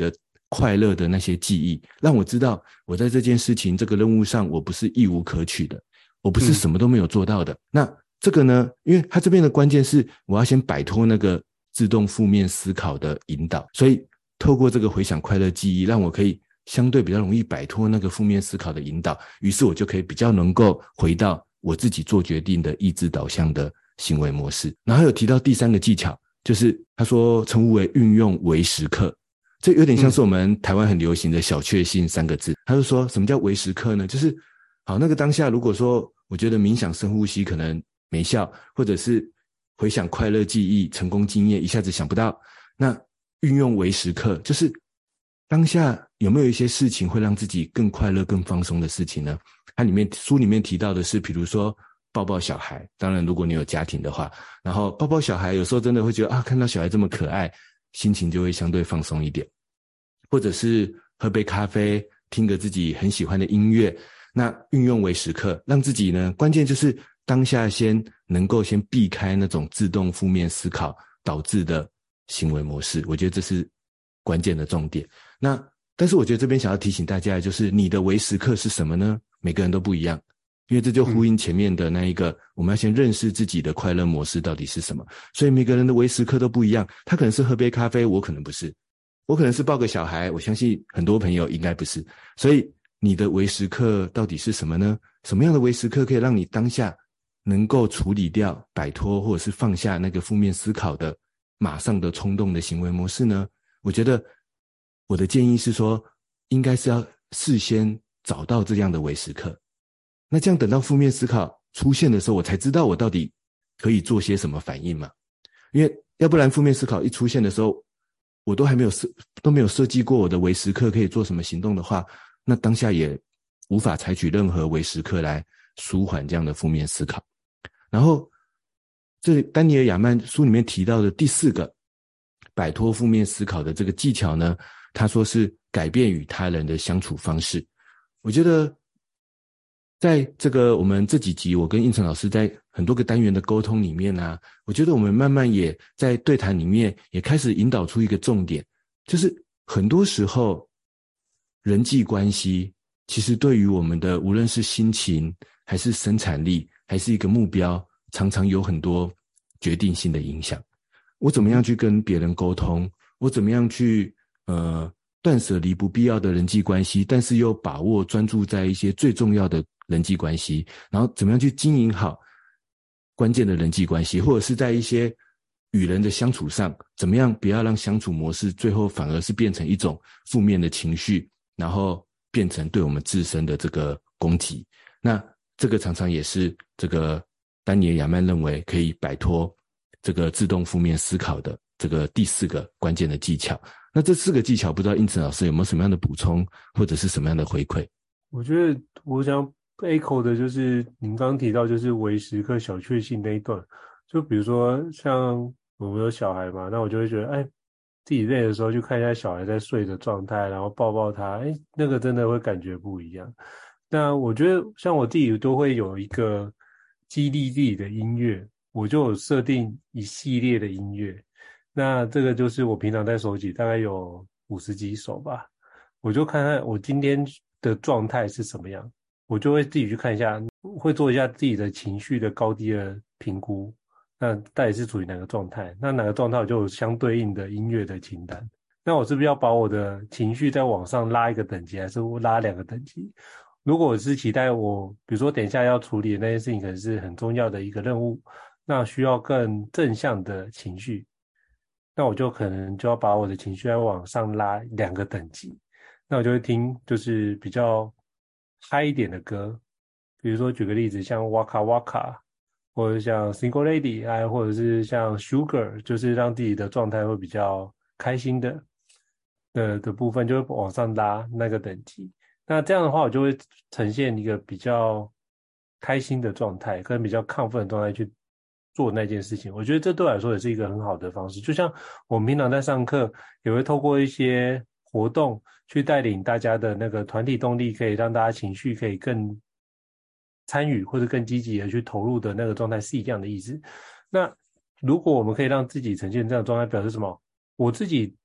快乐的那些记忆，让我知道我在这件事情这个任务上我不是一无可取的，我不是什么都没有做到的。那这个呢，因为他这边的关键是我要先摆脱那个自动负面思考的引导，所以透过这个回想快乐记忆，让我可以相对比较容易摆脱那个负面思考的引导，于是我就可以比较能够回到我自己做决定的意志导向的行为模式。然后有提到第3个技巧，就是他说称呼为运用微时刻，这有点像是我们台湾很流行的小确幸3个字。他就说什么叫微时刻呢？就是好，那个当下如果说我觉得冥想深呼吸可能没效，或者是回想快乐记忆成功经验一下子想不到，那运用微时刻，就是当下有没有一些事情会让自己更快乐更放松的事情呢？它书里面提到的是比如说抱抱小孩，当然如果你有家庭的话，然后抱抱小孩有时候真的会觉得看到小孩这么可爱，心情就会相对放松一点，或者是喝杯咖啡，听个自己很喜欢的音乐，那运用微时刻，让自己呢，关键就是当下能够先避开那种自动负面思考导致的行为模式，我觉得这是关键的重点。那但是我觉得这边想要提醒大家的就是你的微时刻是什么呢？每个人都不一样，因为这就呼应前面的那一个，我们要先认识自己的快乐模式到底是什么，所以每个人的微时刻都不一样，他可能是喝杯咖啡，我可能不是，我可能是抱个小孩，我相信很多朋友应该不是，所以你的微时刻到底是什么呢？什么样的微时刻可以让你当下能够处理掉、摆脱或者是放下那个负面思考的马上的冲动的行为模式呢？我觉得我的建议是说，应该是要事先找到这样的微时刻，那这样等到负面思考出现的时候，我才知道我到底可以做些什么反应嘛。因为要不然负面思考一出现的时候，我都没有设计过我的微时刻可以做什么行动的话，那当下也无法采取任何微时刻来舒缓这样的负面思考。然后这丹尼尔·亚曼书里面提到的第4个摆脱负面思考的这个技巧呢，他说是改变与他人的相处方式。我觉得在这个我们这几集我跟应成老师在很多个单元的沟通里面啊，我觉得我们慢慢也在对谈里面也开始引导出一个重点，就是很多时候人际关系其实对于我们的无论是心情还是生产力还是一个目标，常常有很多决定性的影响。我怎么样去跟别人沟通，我怎么样去断舍离不必要的人际关系，但是又把握专注在一些最重要的人际关系，然后怎么样去经营好关键的人际关系，或者是在一些与人的相处上，怎么样不要让相处模式最后反而是变成一种负面的情绪，然后变成对我们自身的这个攻击。那这个常常也是这个丹尼尔·亚曼认为可以摆脱这个自动负面思考的这个第4个关键的技巧。那这4个技巧不知道应成老师有没有什么样的补充或者是什么样的回馈？ 我觉得我想 echo 的就是您刚刚提到就是微时刻小确幸那一段，就比如说像我们有小孩嘛，那我就会觉得自己累的时候去看一下小孩在睡的状态，然后抱抱他，那个真的会感觉不一样。那我觉得像我自己都会有一个激励自己的音乐，我就有设定一系列的音乐，那这个就是我平常在收集，大概有50几首吧，我就看看我今天的状态是什么样，我就会自己去看一下，会做一下自己的情绪的高低的评估，那到底是处于哪个状态，那哪个状态我就有相对应的音乐的清单，那我是不是要把我的情绪再往上拉一个等级，还是拉2个等级？如果我是期待比如说等一下要处理的那件事情可能是很重要的一个任务，那需要更正向的情绪，那我就可能就要把我的情绪再往上拉2个等级，那我就会听就是比较嗨一点的歌，比如说举个例子，像 Waka Waka 或者像 Single Lady 或者是像 Sugar， 就是让自己的状态会比较开心的部分就会往上拉那个等级。那这样的话我就会呈现一个比较开心的状态跟比较亢奋的状态去做那件事情，我觉得这对我来说也是一个很好的方式。就像我们平常在上课也会透过一些活动去带领大家的那个团体动力，可以让大家情绪可以更参与或者更积极的去投入的那个状态是一样的意思。那如果我们可以让自己呈现这样的状态，表示什么？我自己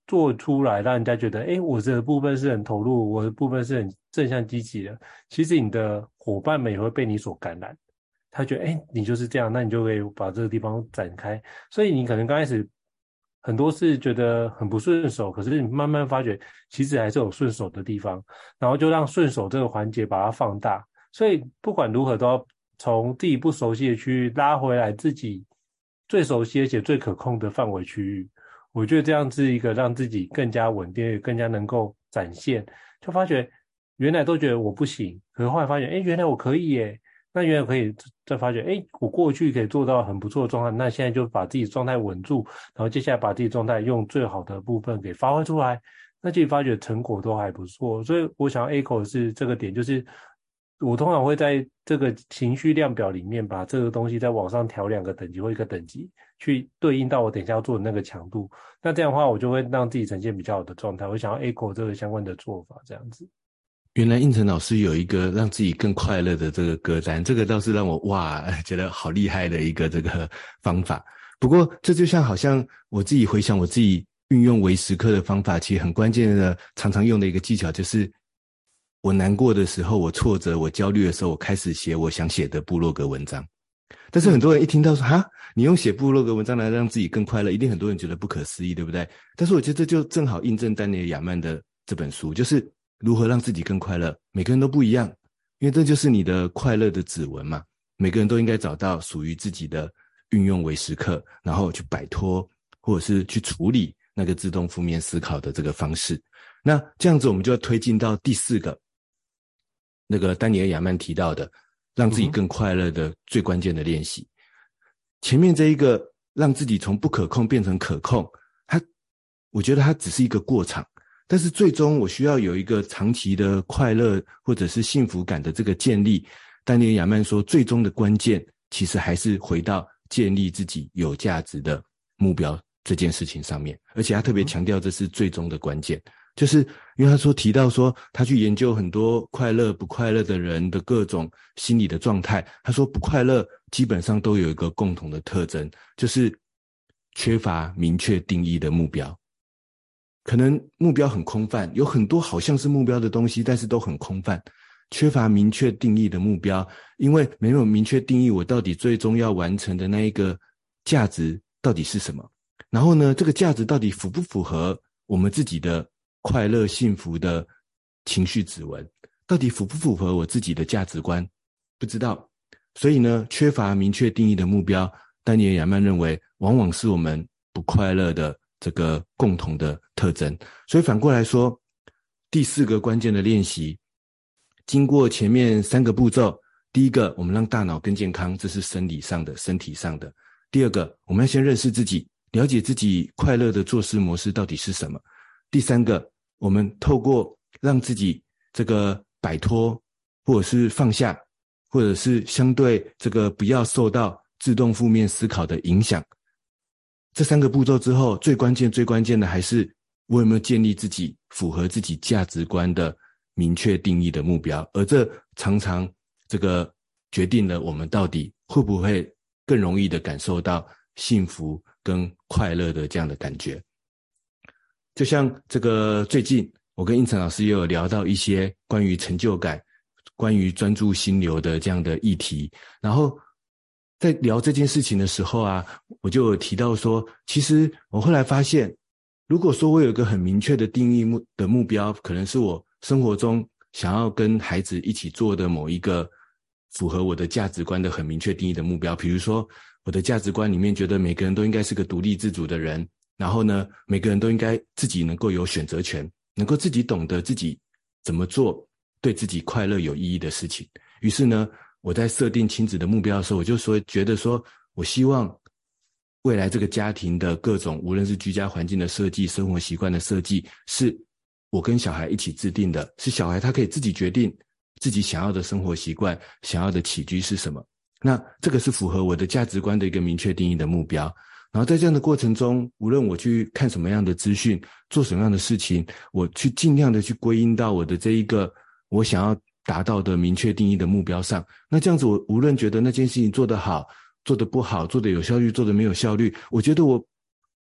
做出来，让人家觉得，诶，我这个部分是很投入，我的部分是很正向积极的。其实你的伙伴们也会被你所感染，他觉得，诶，你就是这样，那你就可以把这个地方展开。所以你可能刚开始很多事觉得很不顺手，可是你慢慢发觉，其实还是有顺手的地方，然后就让顺手这个环节把它放大。所以不管如何，都要从自己不熟悉的区域拉回来自己最熟悉而且最可控的范围区域。我觉得这样是一个让自己更加稳定，更加能够展现。就发觉原来都觉得我不行，可是后来发现，哎，原来我可以耶。那原来可以再发觉，哎，我过去可以做到很不错的状态，那现在就把自己状态稳住，然后接下来把自己状态用最好的部分给发挥出来，那自己发觉成果都还不错。所以我想要 echo 的是这个点，就是我通常会在这个情绪量表里面把这个东西再往上调2个等级或1个等级，去对应到我等一下要做的那个强度。那这样的话，我就会让自己呈现比较好的状态。我想要 echo 这个相关的做法，这样子。 原来应成老师有一个让自己更快乐的这个歌单，这个倒是让我觉得好厉害的一个这个方法。不过这就像好像我自己回想我自己运用微时刻的方法，其实很关键的常常用的一个技巧就是我难过的时候，我挫折，我焦虑的时候，我开始写我想写的部落格文章。但是很多人一听到说哈，你用写部落格文章来让自己更快乐，一定很多人觉得不可思议，对不对？但是我觉得这就正好印证丹尼尔·亚曼的这本书，就是如何让自己更快乐。每个人都不一样，因为这就是你的快乐的指纹嘛。每个人都应该找到属于自己的运用微时刻，然后去摆脱或者是去处理那个自动负面思考的这个方式。那这样子我们就要推进到第4个，那个丹尼尔·亚曼提到的让自己更快乐的最关键的练习。前面这一个让自己从不可控变成可控，我觉得它只是一个过场，但是最终我需要有一个长期的快乐或者是幸福感的这个建立。丹尼尔·亚曼说，最终的关键其实还是回到建立自己有价值的目标这件事情上面，而且他特别强调这是最终的关键。就是因为他提到说他去研究很多快乐不快乐的人的各种心理的状态，他说不快乐基本上都有一个共同的特征，就是缺乏明确定义的目标。可能目标很空泛，有很多好像是目标的东西，但是都很空泛，缺乏明确定义的目标。因为没有明确定义我到底最终要完成的那一个价值到底是什么，然后呢，这个价值到底符不符合我们自己的快乐幸福的情绪指纹，到底符不符合我自己的价值观，不知道。所以呢，缺乏明确定义的目标，丹尼尔·亚曼认为往往是我们不快乐的这个共同的特征。所以反过来说，第4个关键的练习，经过前面3个步骤，第一个我们让大脑更健康，这是生理上的身体上的。第2个我们要先认识自己，了解自己快乐的做事模式到底是什么。第3个我们透过让自己这个摆脱或者是放下，或者是相对这个不要受到自动负面思考的影响，这3个步骤之后，最关键的还是我有没有建立自己符合自己价值观的明确定义的目标，而这常常这个决定了我们到底会不会更容易的感受到幸福跟快乐的这样的感觉。就像这个最近我跟应成老师也有聊到一些关于成就感，关于专注心流的这样的议题，然后在聊这件事情的时候啊，我就有提到说，其实我后来发现，如果说我有一个很明确的定义的目标，可能是我生活中想要跟孩子一起做的某一个符合我的价值观的很明确定义的目标，比如说我的价值观里面觉得每个人都应该是个独立自主的人，然后呢，每个人都应该自己能够有选择权，能够自己懂得自己怎么做对自己快乐有意义的事情。于是呢，我在设定亲子的目标的时候，我就觉得说我希望未来这个家庭的各种无论是居家环境的设计，生活习惯的设计，是我跟小孩一起制定的，是小孩他可以自己决定自己想要的生活习惯，想要的起居是什么。那这个是符合我的价值观的一个明确定义的目标。然后在这样的过程中，无论我去看什么样的资讯，做什么样的事情，我去尽量的去归因到我的这一个我想要达到的明确定义的目标上。那这样子我无论觉得那件事情做得好，做得不好，做得有效率，做得没有效率，我觉得我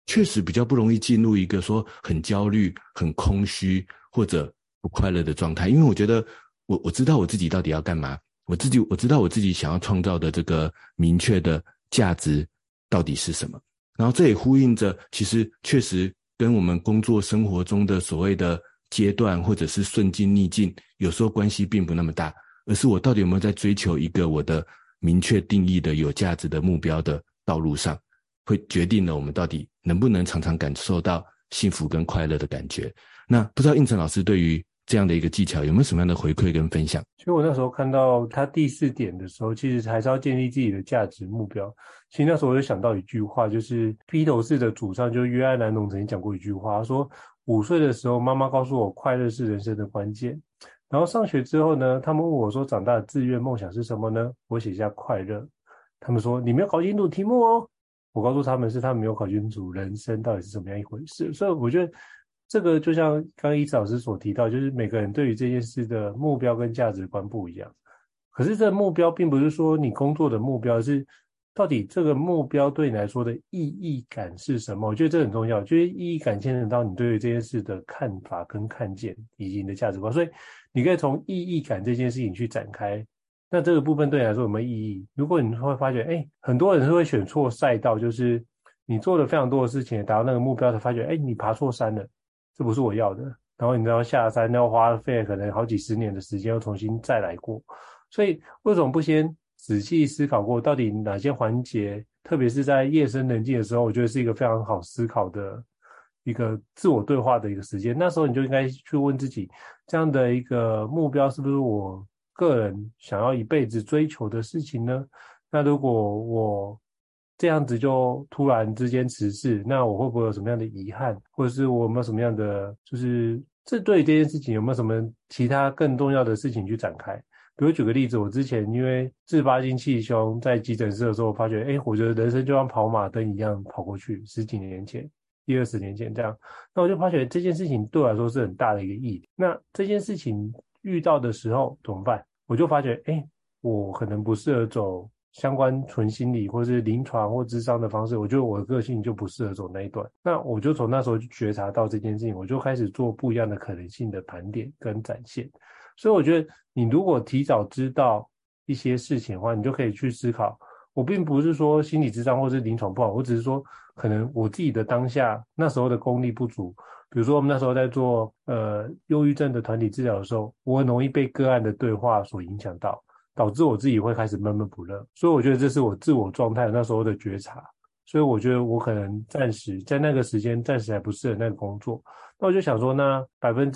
确实比较不容易进入一个说很焦虑、很空虚或者不快乐的状态。因为我觉得我知道我自己到底要干嘛，我知道我自己想要创造的这个明确的价值到底是什么。然后这也呼应着其实确实跟我们工作生活中的所谓的阶段或者是顺境逆境有时候关系并不那么大，而是我到底有没有在追求一个我的明确定义的有价值的目标的道路上，会决定了我们到底能不能常常感受到幸福跟快乐的感觉。那不知道胤丞老师对于这样的一个技巧有没有什么样的回馈跟分享？ 其实我那时候看到他第4点的时候，其实还是要建立自己的价值目标。其实那时候我就想到一句话，就是披头士的主唱就是约翰南农曾经讲过一句话，他说5岁的时候妈妈告诉我快乐是人生的关键，然后上学之后呢，他们问我说长大的志愿梦想是什么呢？我写下快乐。他们说你没有搞清楚题目哦，我告诉他们是他们没有搞清楚人生到底是怎么样一回事。所以我觉得这个就像刚刚一直老师所提到，就是每个人对于这件事的目标跟价值观不一样。可是这个目标并不是说你工作的目标，是到底这个目标对你来说的意义感是什么？我觉得这很重要，就是意义感牵扯到你对于这件事的看法跟看见以及你的价值观。所以你可以从意义感这件事情去展开，那这个部分对你来说有没有意义？如果你会发觉很多人是会选错赛道，就是你做了非常多的事情达到那个目标，才发觉你爬错山了，这不是我要的，然后你要下山要花费可能好几十年的时间又重新再来过。所以为什么不先仔细思考过到底哪些环节，特别是在夜深人静的时候，我觉得是一个非常好思考的一个自我对话的一个时间。那时候你就应该去问自己，这样的一个目标是不是我个人想要一辈子追求的事情呢？那如果我这样子就突然之间辞世，那我会不会有什么样的遗憾，或者是我有没有什么样的，就是这对这件事情有没有什么其他更重要的事情去展开。比如举个例子，我之前因为自发性气胸在急诊室的时候，我发觉我觉得人生就像跑马灯一样跑过去，10几年前，20年前这样。那我就发觉这件事情对我来说是很大的一个意义。那这件事情遇到的时候怎么办？我就发觉我可能不适合走相关纯心理或是临床或諮商的方式，我觉得我的个性就不适合走那一段。那我就从那时候就觉察到这件事情，我就开始做不一样的可能性的盘点跟展现。所以我觉得你如果提早知道一些事情的话，你就可以去思考。我并不是说心理諮商或是临床不好，我只是说可能我自己的当下那时候的功力不足。比如说我们那时候在做忧郁症的团体治疗的时候，我很容易被个案的对话所影响到，导致我自己会开始闷闷不乐。所以我觉得这是我自我状态那时候的觉察。所以我觉得我可能暂时在那个时间暂时还不适合那个工作。那我就想说，那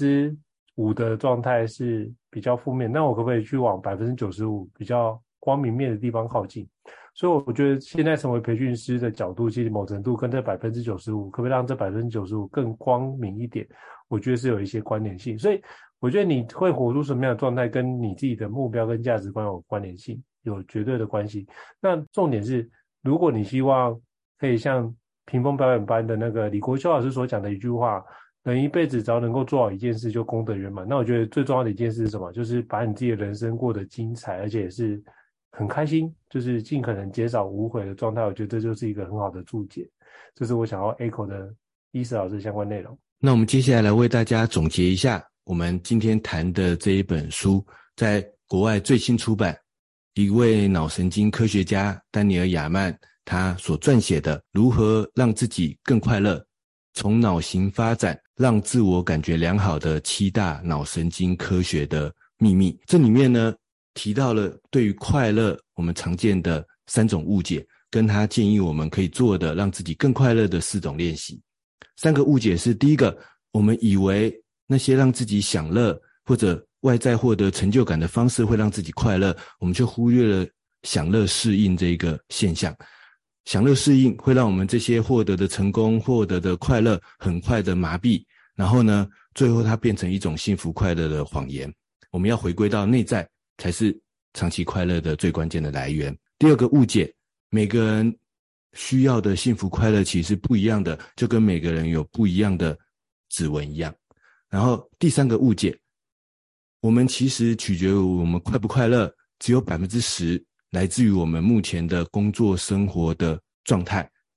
5%的状态是比较负面，那我可不可以去往95%比较光明面的地方靠近？所以我觉得现在成为培训师的角度，其实某程度跟这95%可不可以让这95%更光明一点，我觉得是有一些关联性。所以我觉得你会活出什么样的状态，跟你自己的目标跟价值观有关联性，有绝对的关系。那重点是，如果你希望可以像屏风表演班的那个李国修老师所讲的一句话，人一辈子只要能够做好一件事就功德圆满。那我觉得最重要的一件事是什么？就是把你自己的人生过得精彩，而且也是很开心，就是尽可能减少无悔的状态。我觉得这就是一个很好的注解，这是我想要 echo 的伊斯老师相关内容。 那我们接下来为大家总结一下我们今天谈的这一本书，在国外最新出版，一位脑神经科学家丹尼尔·亚曼他所撰写的《如何让自己更快乐：从脑型发展让自我感觉良好的7大脑神经科学的秘密》。这里面呢提到了对于快乐我们常见的3种误解，跟他建议我们可以做的让自己更快乐的4种练习。3个误解是：第一个，我们以为那些让自己享乐或者外在获得成就感的方式会让自己快乐，我们却忽略了享乐适应这一个现象。享乐适应会让我们这些获得的成功、获得的快乐很快的麻痹，然后呢，最后它变成一种幸福快乐的谎言。我们要回归到内在，才是长期快乐的最关键的来源。第二个误解，每个人需要的幸福快乐其实是不一样的，就跟每个人有不一样的指纹一样。然后第3个误解，我们其实取决于我们快不快乐，只有 10% 来自于我们目前的工作生活的状态，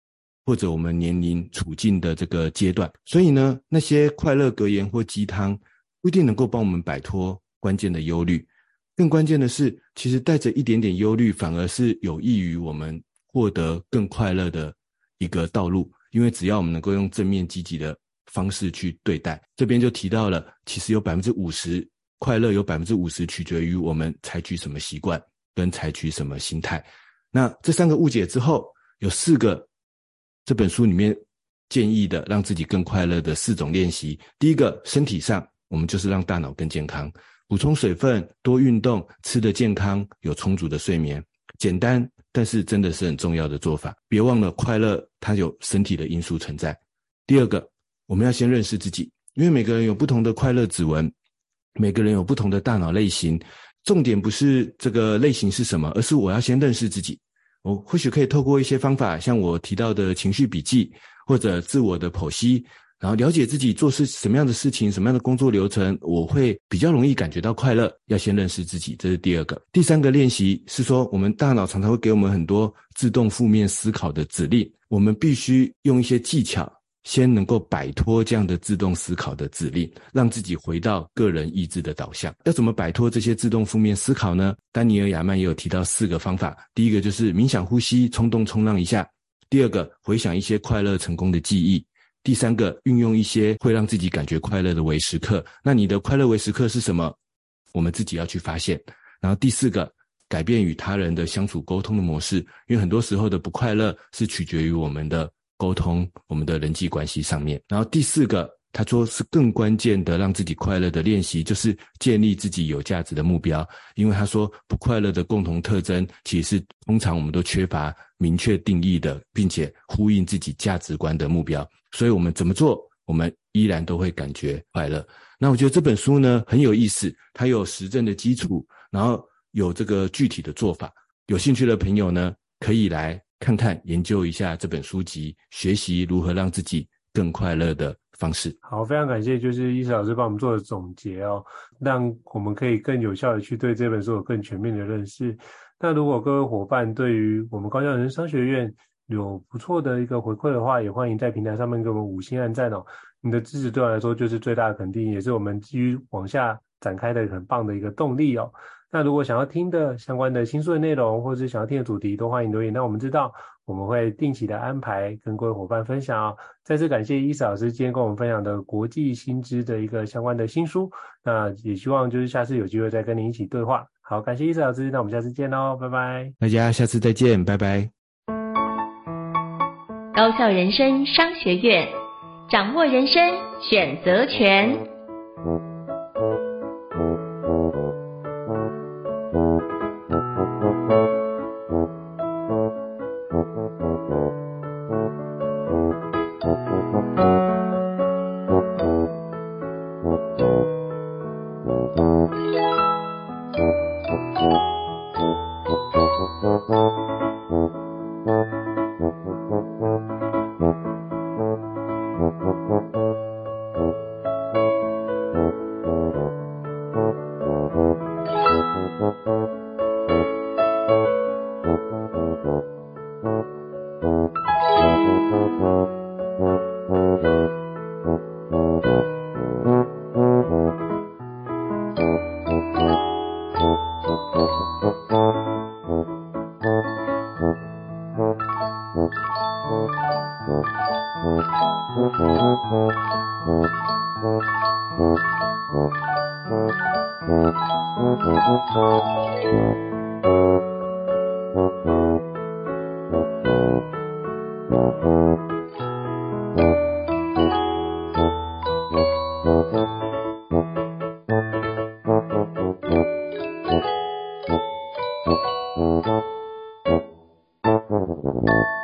或者我们年龄处境的这个阶段。所以呢，那些快乐格言或鸡汤不一定能够帮我们摆脱关键的忧虑，更关键的是，其实带着一点点忧虑反而是有益于我们获得更快乐的一个道路，因为只要我们能够用正面积极的方式去对待。这边就提到了，其实有 50% 快乐有 50% 取决于我们采取什么习惯跟采取什么心态。那这3个误解之后，有4个这本书里面建议的让自己更快乐的4种练习。第一个，身体上我们就是让大脑更健康，补充水分，多运动，吃得健康，有充足的睡眠。简单，但是真的是很重要的做法。别忘了，快乐它有身体的因素存在。第二个，我们要先认识自己，因为每个人有不同的快乐指纹，每个人有不同的大脑类型，重点不是这个类型是什么，而是我要先认识自己。我或许可以透过一些方法，像我提到的情绪笔记，或者自我的剖析，然后了解自己做事什么样的事情，什么样的工作流程，我会比较容易感觉到快乐。要先认识自己，这是第二个。第3个练习是说，我们大脑常常会给我们很多自动负面思考的指令，我们必须用一些技巧先能够摆脱这样的自动思考的指令，让自己回到个人意志的导向。要怎么摆脱这些自动负面思考呢？丹尼尔·亚曼也有提到4个方法。第一个就是冥想呼吸，冲动冲浪一下。第二个，回想一些快乐成功的记忆。第3个，运用一些会让自己感觉快乐的微时刻。那你的快乐微时刻是什么？我们自己要去发现。然后第4个，改变与他人的相处沟通的模式，因为很多时候的不快乐是取决于我们的沟通，我们的人际关系上面。然后第4个，他说是更关键的让自己快乐的练习，就是建立自己有价值的目标。因为他说不快乐的共同特征其实是通常我们都缺乏明确定义的，并且呼应自己价值观的目标，所以我们怎么做我们依然都会感觉快乐。那我觉得这本书呢很有意思，它有实证的基础，然后有这个具体的做法。有兴趣的朋友呢可以来看看研究一下这本书籍，学习如何让自己更快乐的方式。 好，非常感谢就是伊斯老师帮我们做的总结哦，让我们可以更有效的去对这本书有更全面的认识。那如果各位伙伴对于我们高效人生商学院有不错的一个回馈的话，也欢迎在平台上面给我们5星按赞哦。你的支持对我来说就是最大的肯定，也是我们基于往下展开的很棒的一个动力哦。那如果想要听的相关的新书的内容，或者是想要听的主题，都欢迎留言让我们知道，我们会定期的安排跟各位伙伴分享哦。再次感谢伊斯老师今天跟我们分享的国际新知的一个相关的新书，那也希望就是下次有机会再跟您一起对话。好，感谢伊斯老师，那我们下次见咯，拜拜。 大家下次再见，拜拜。 高效人生商学院，掌握人生选择权。 Thank you.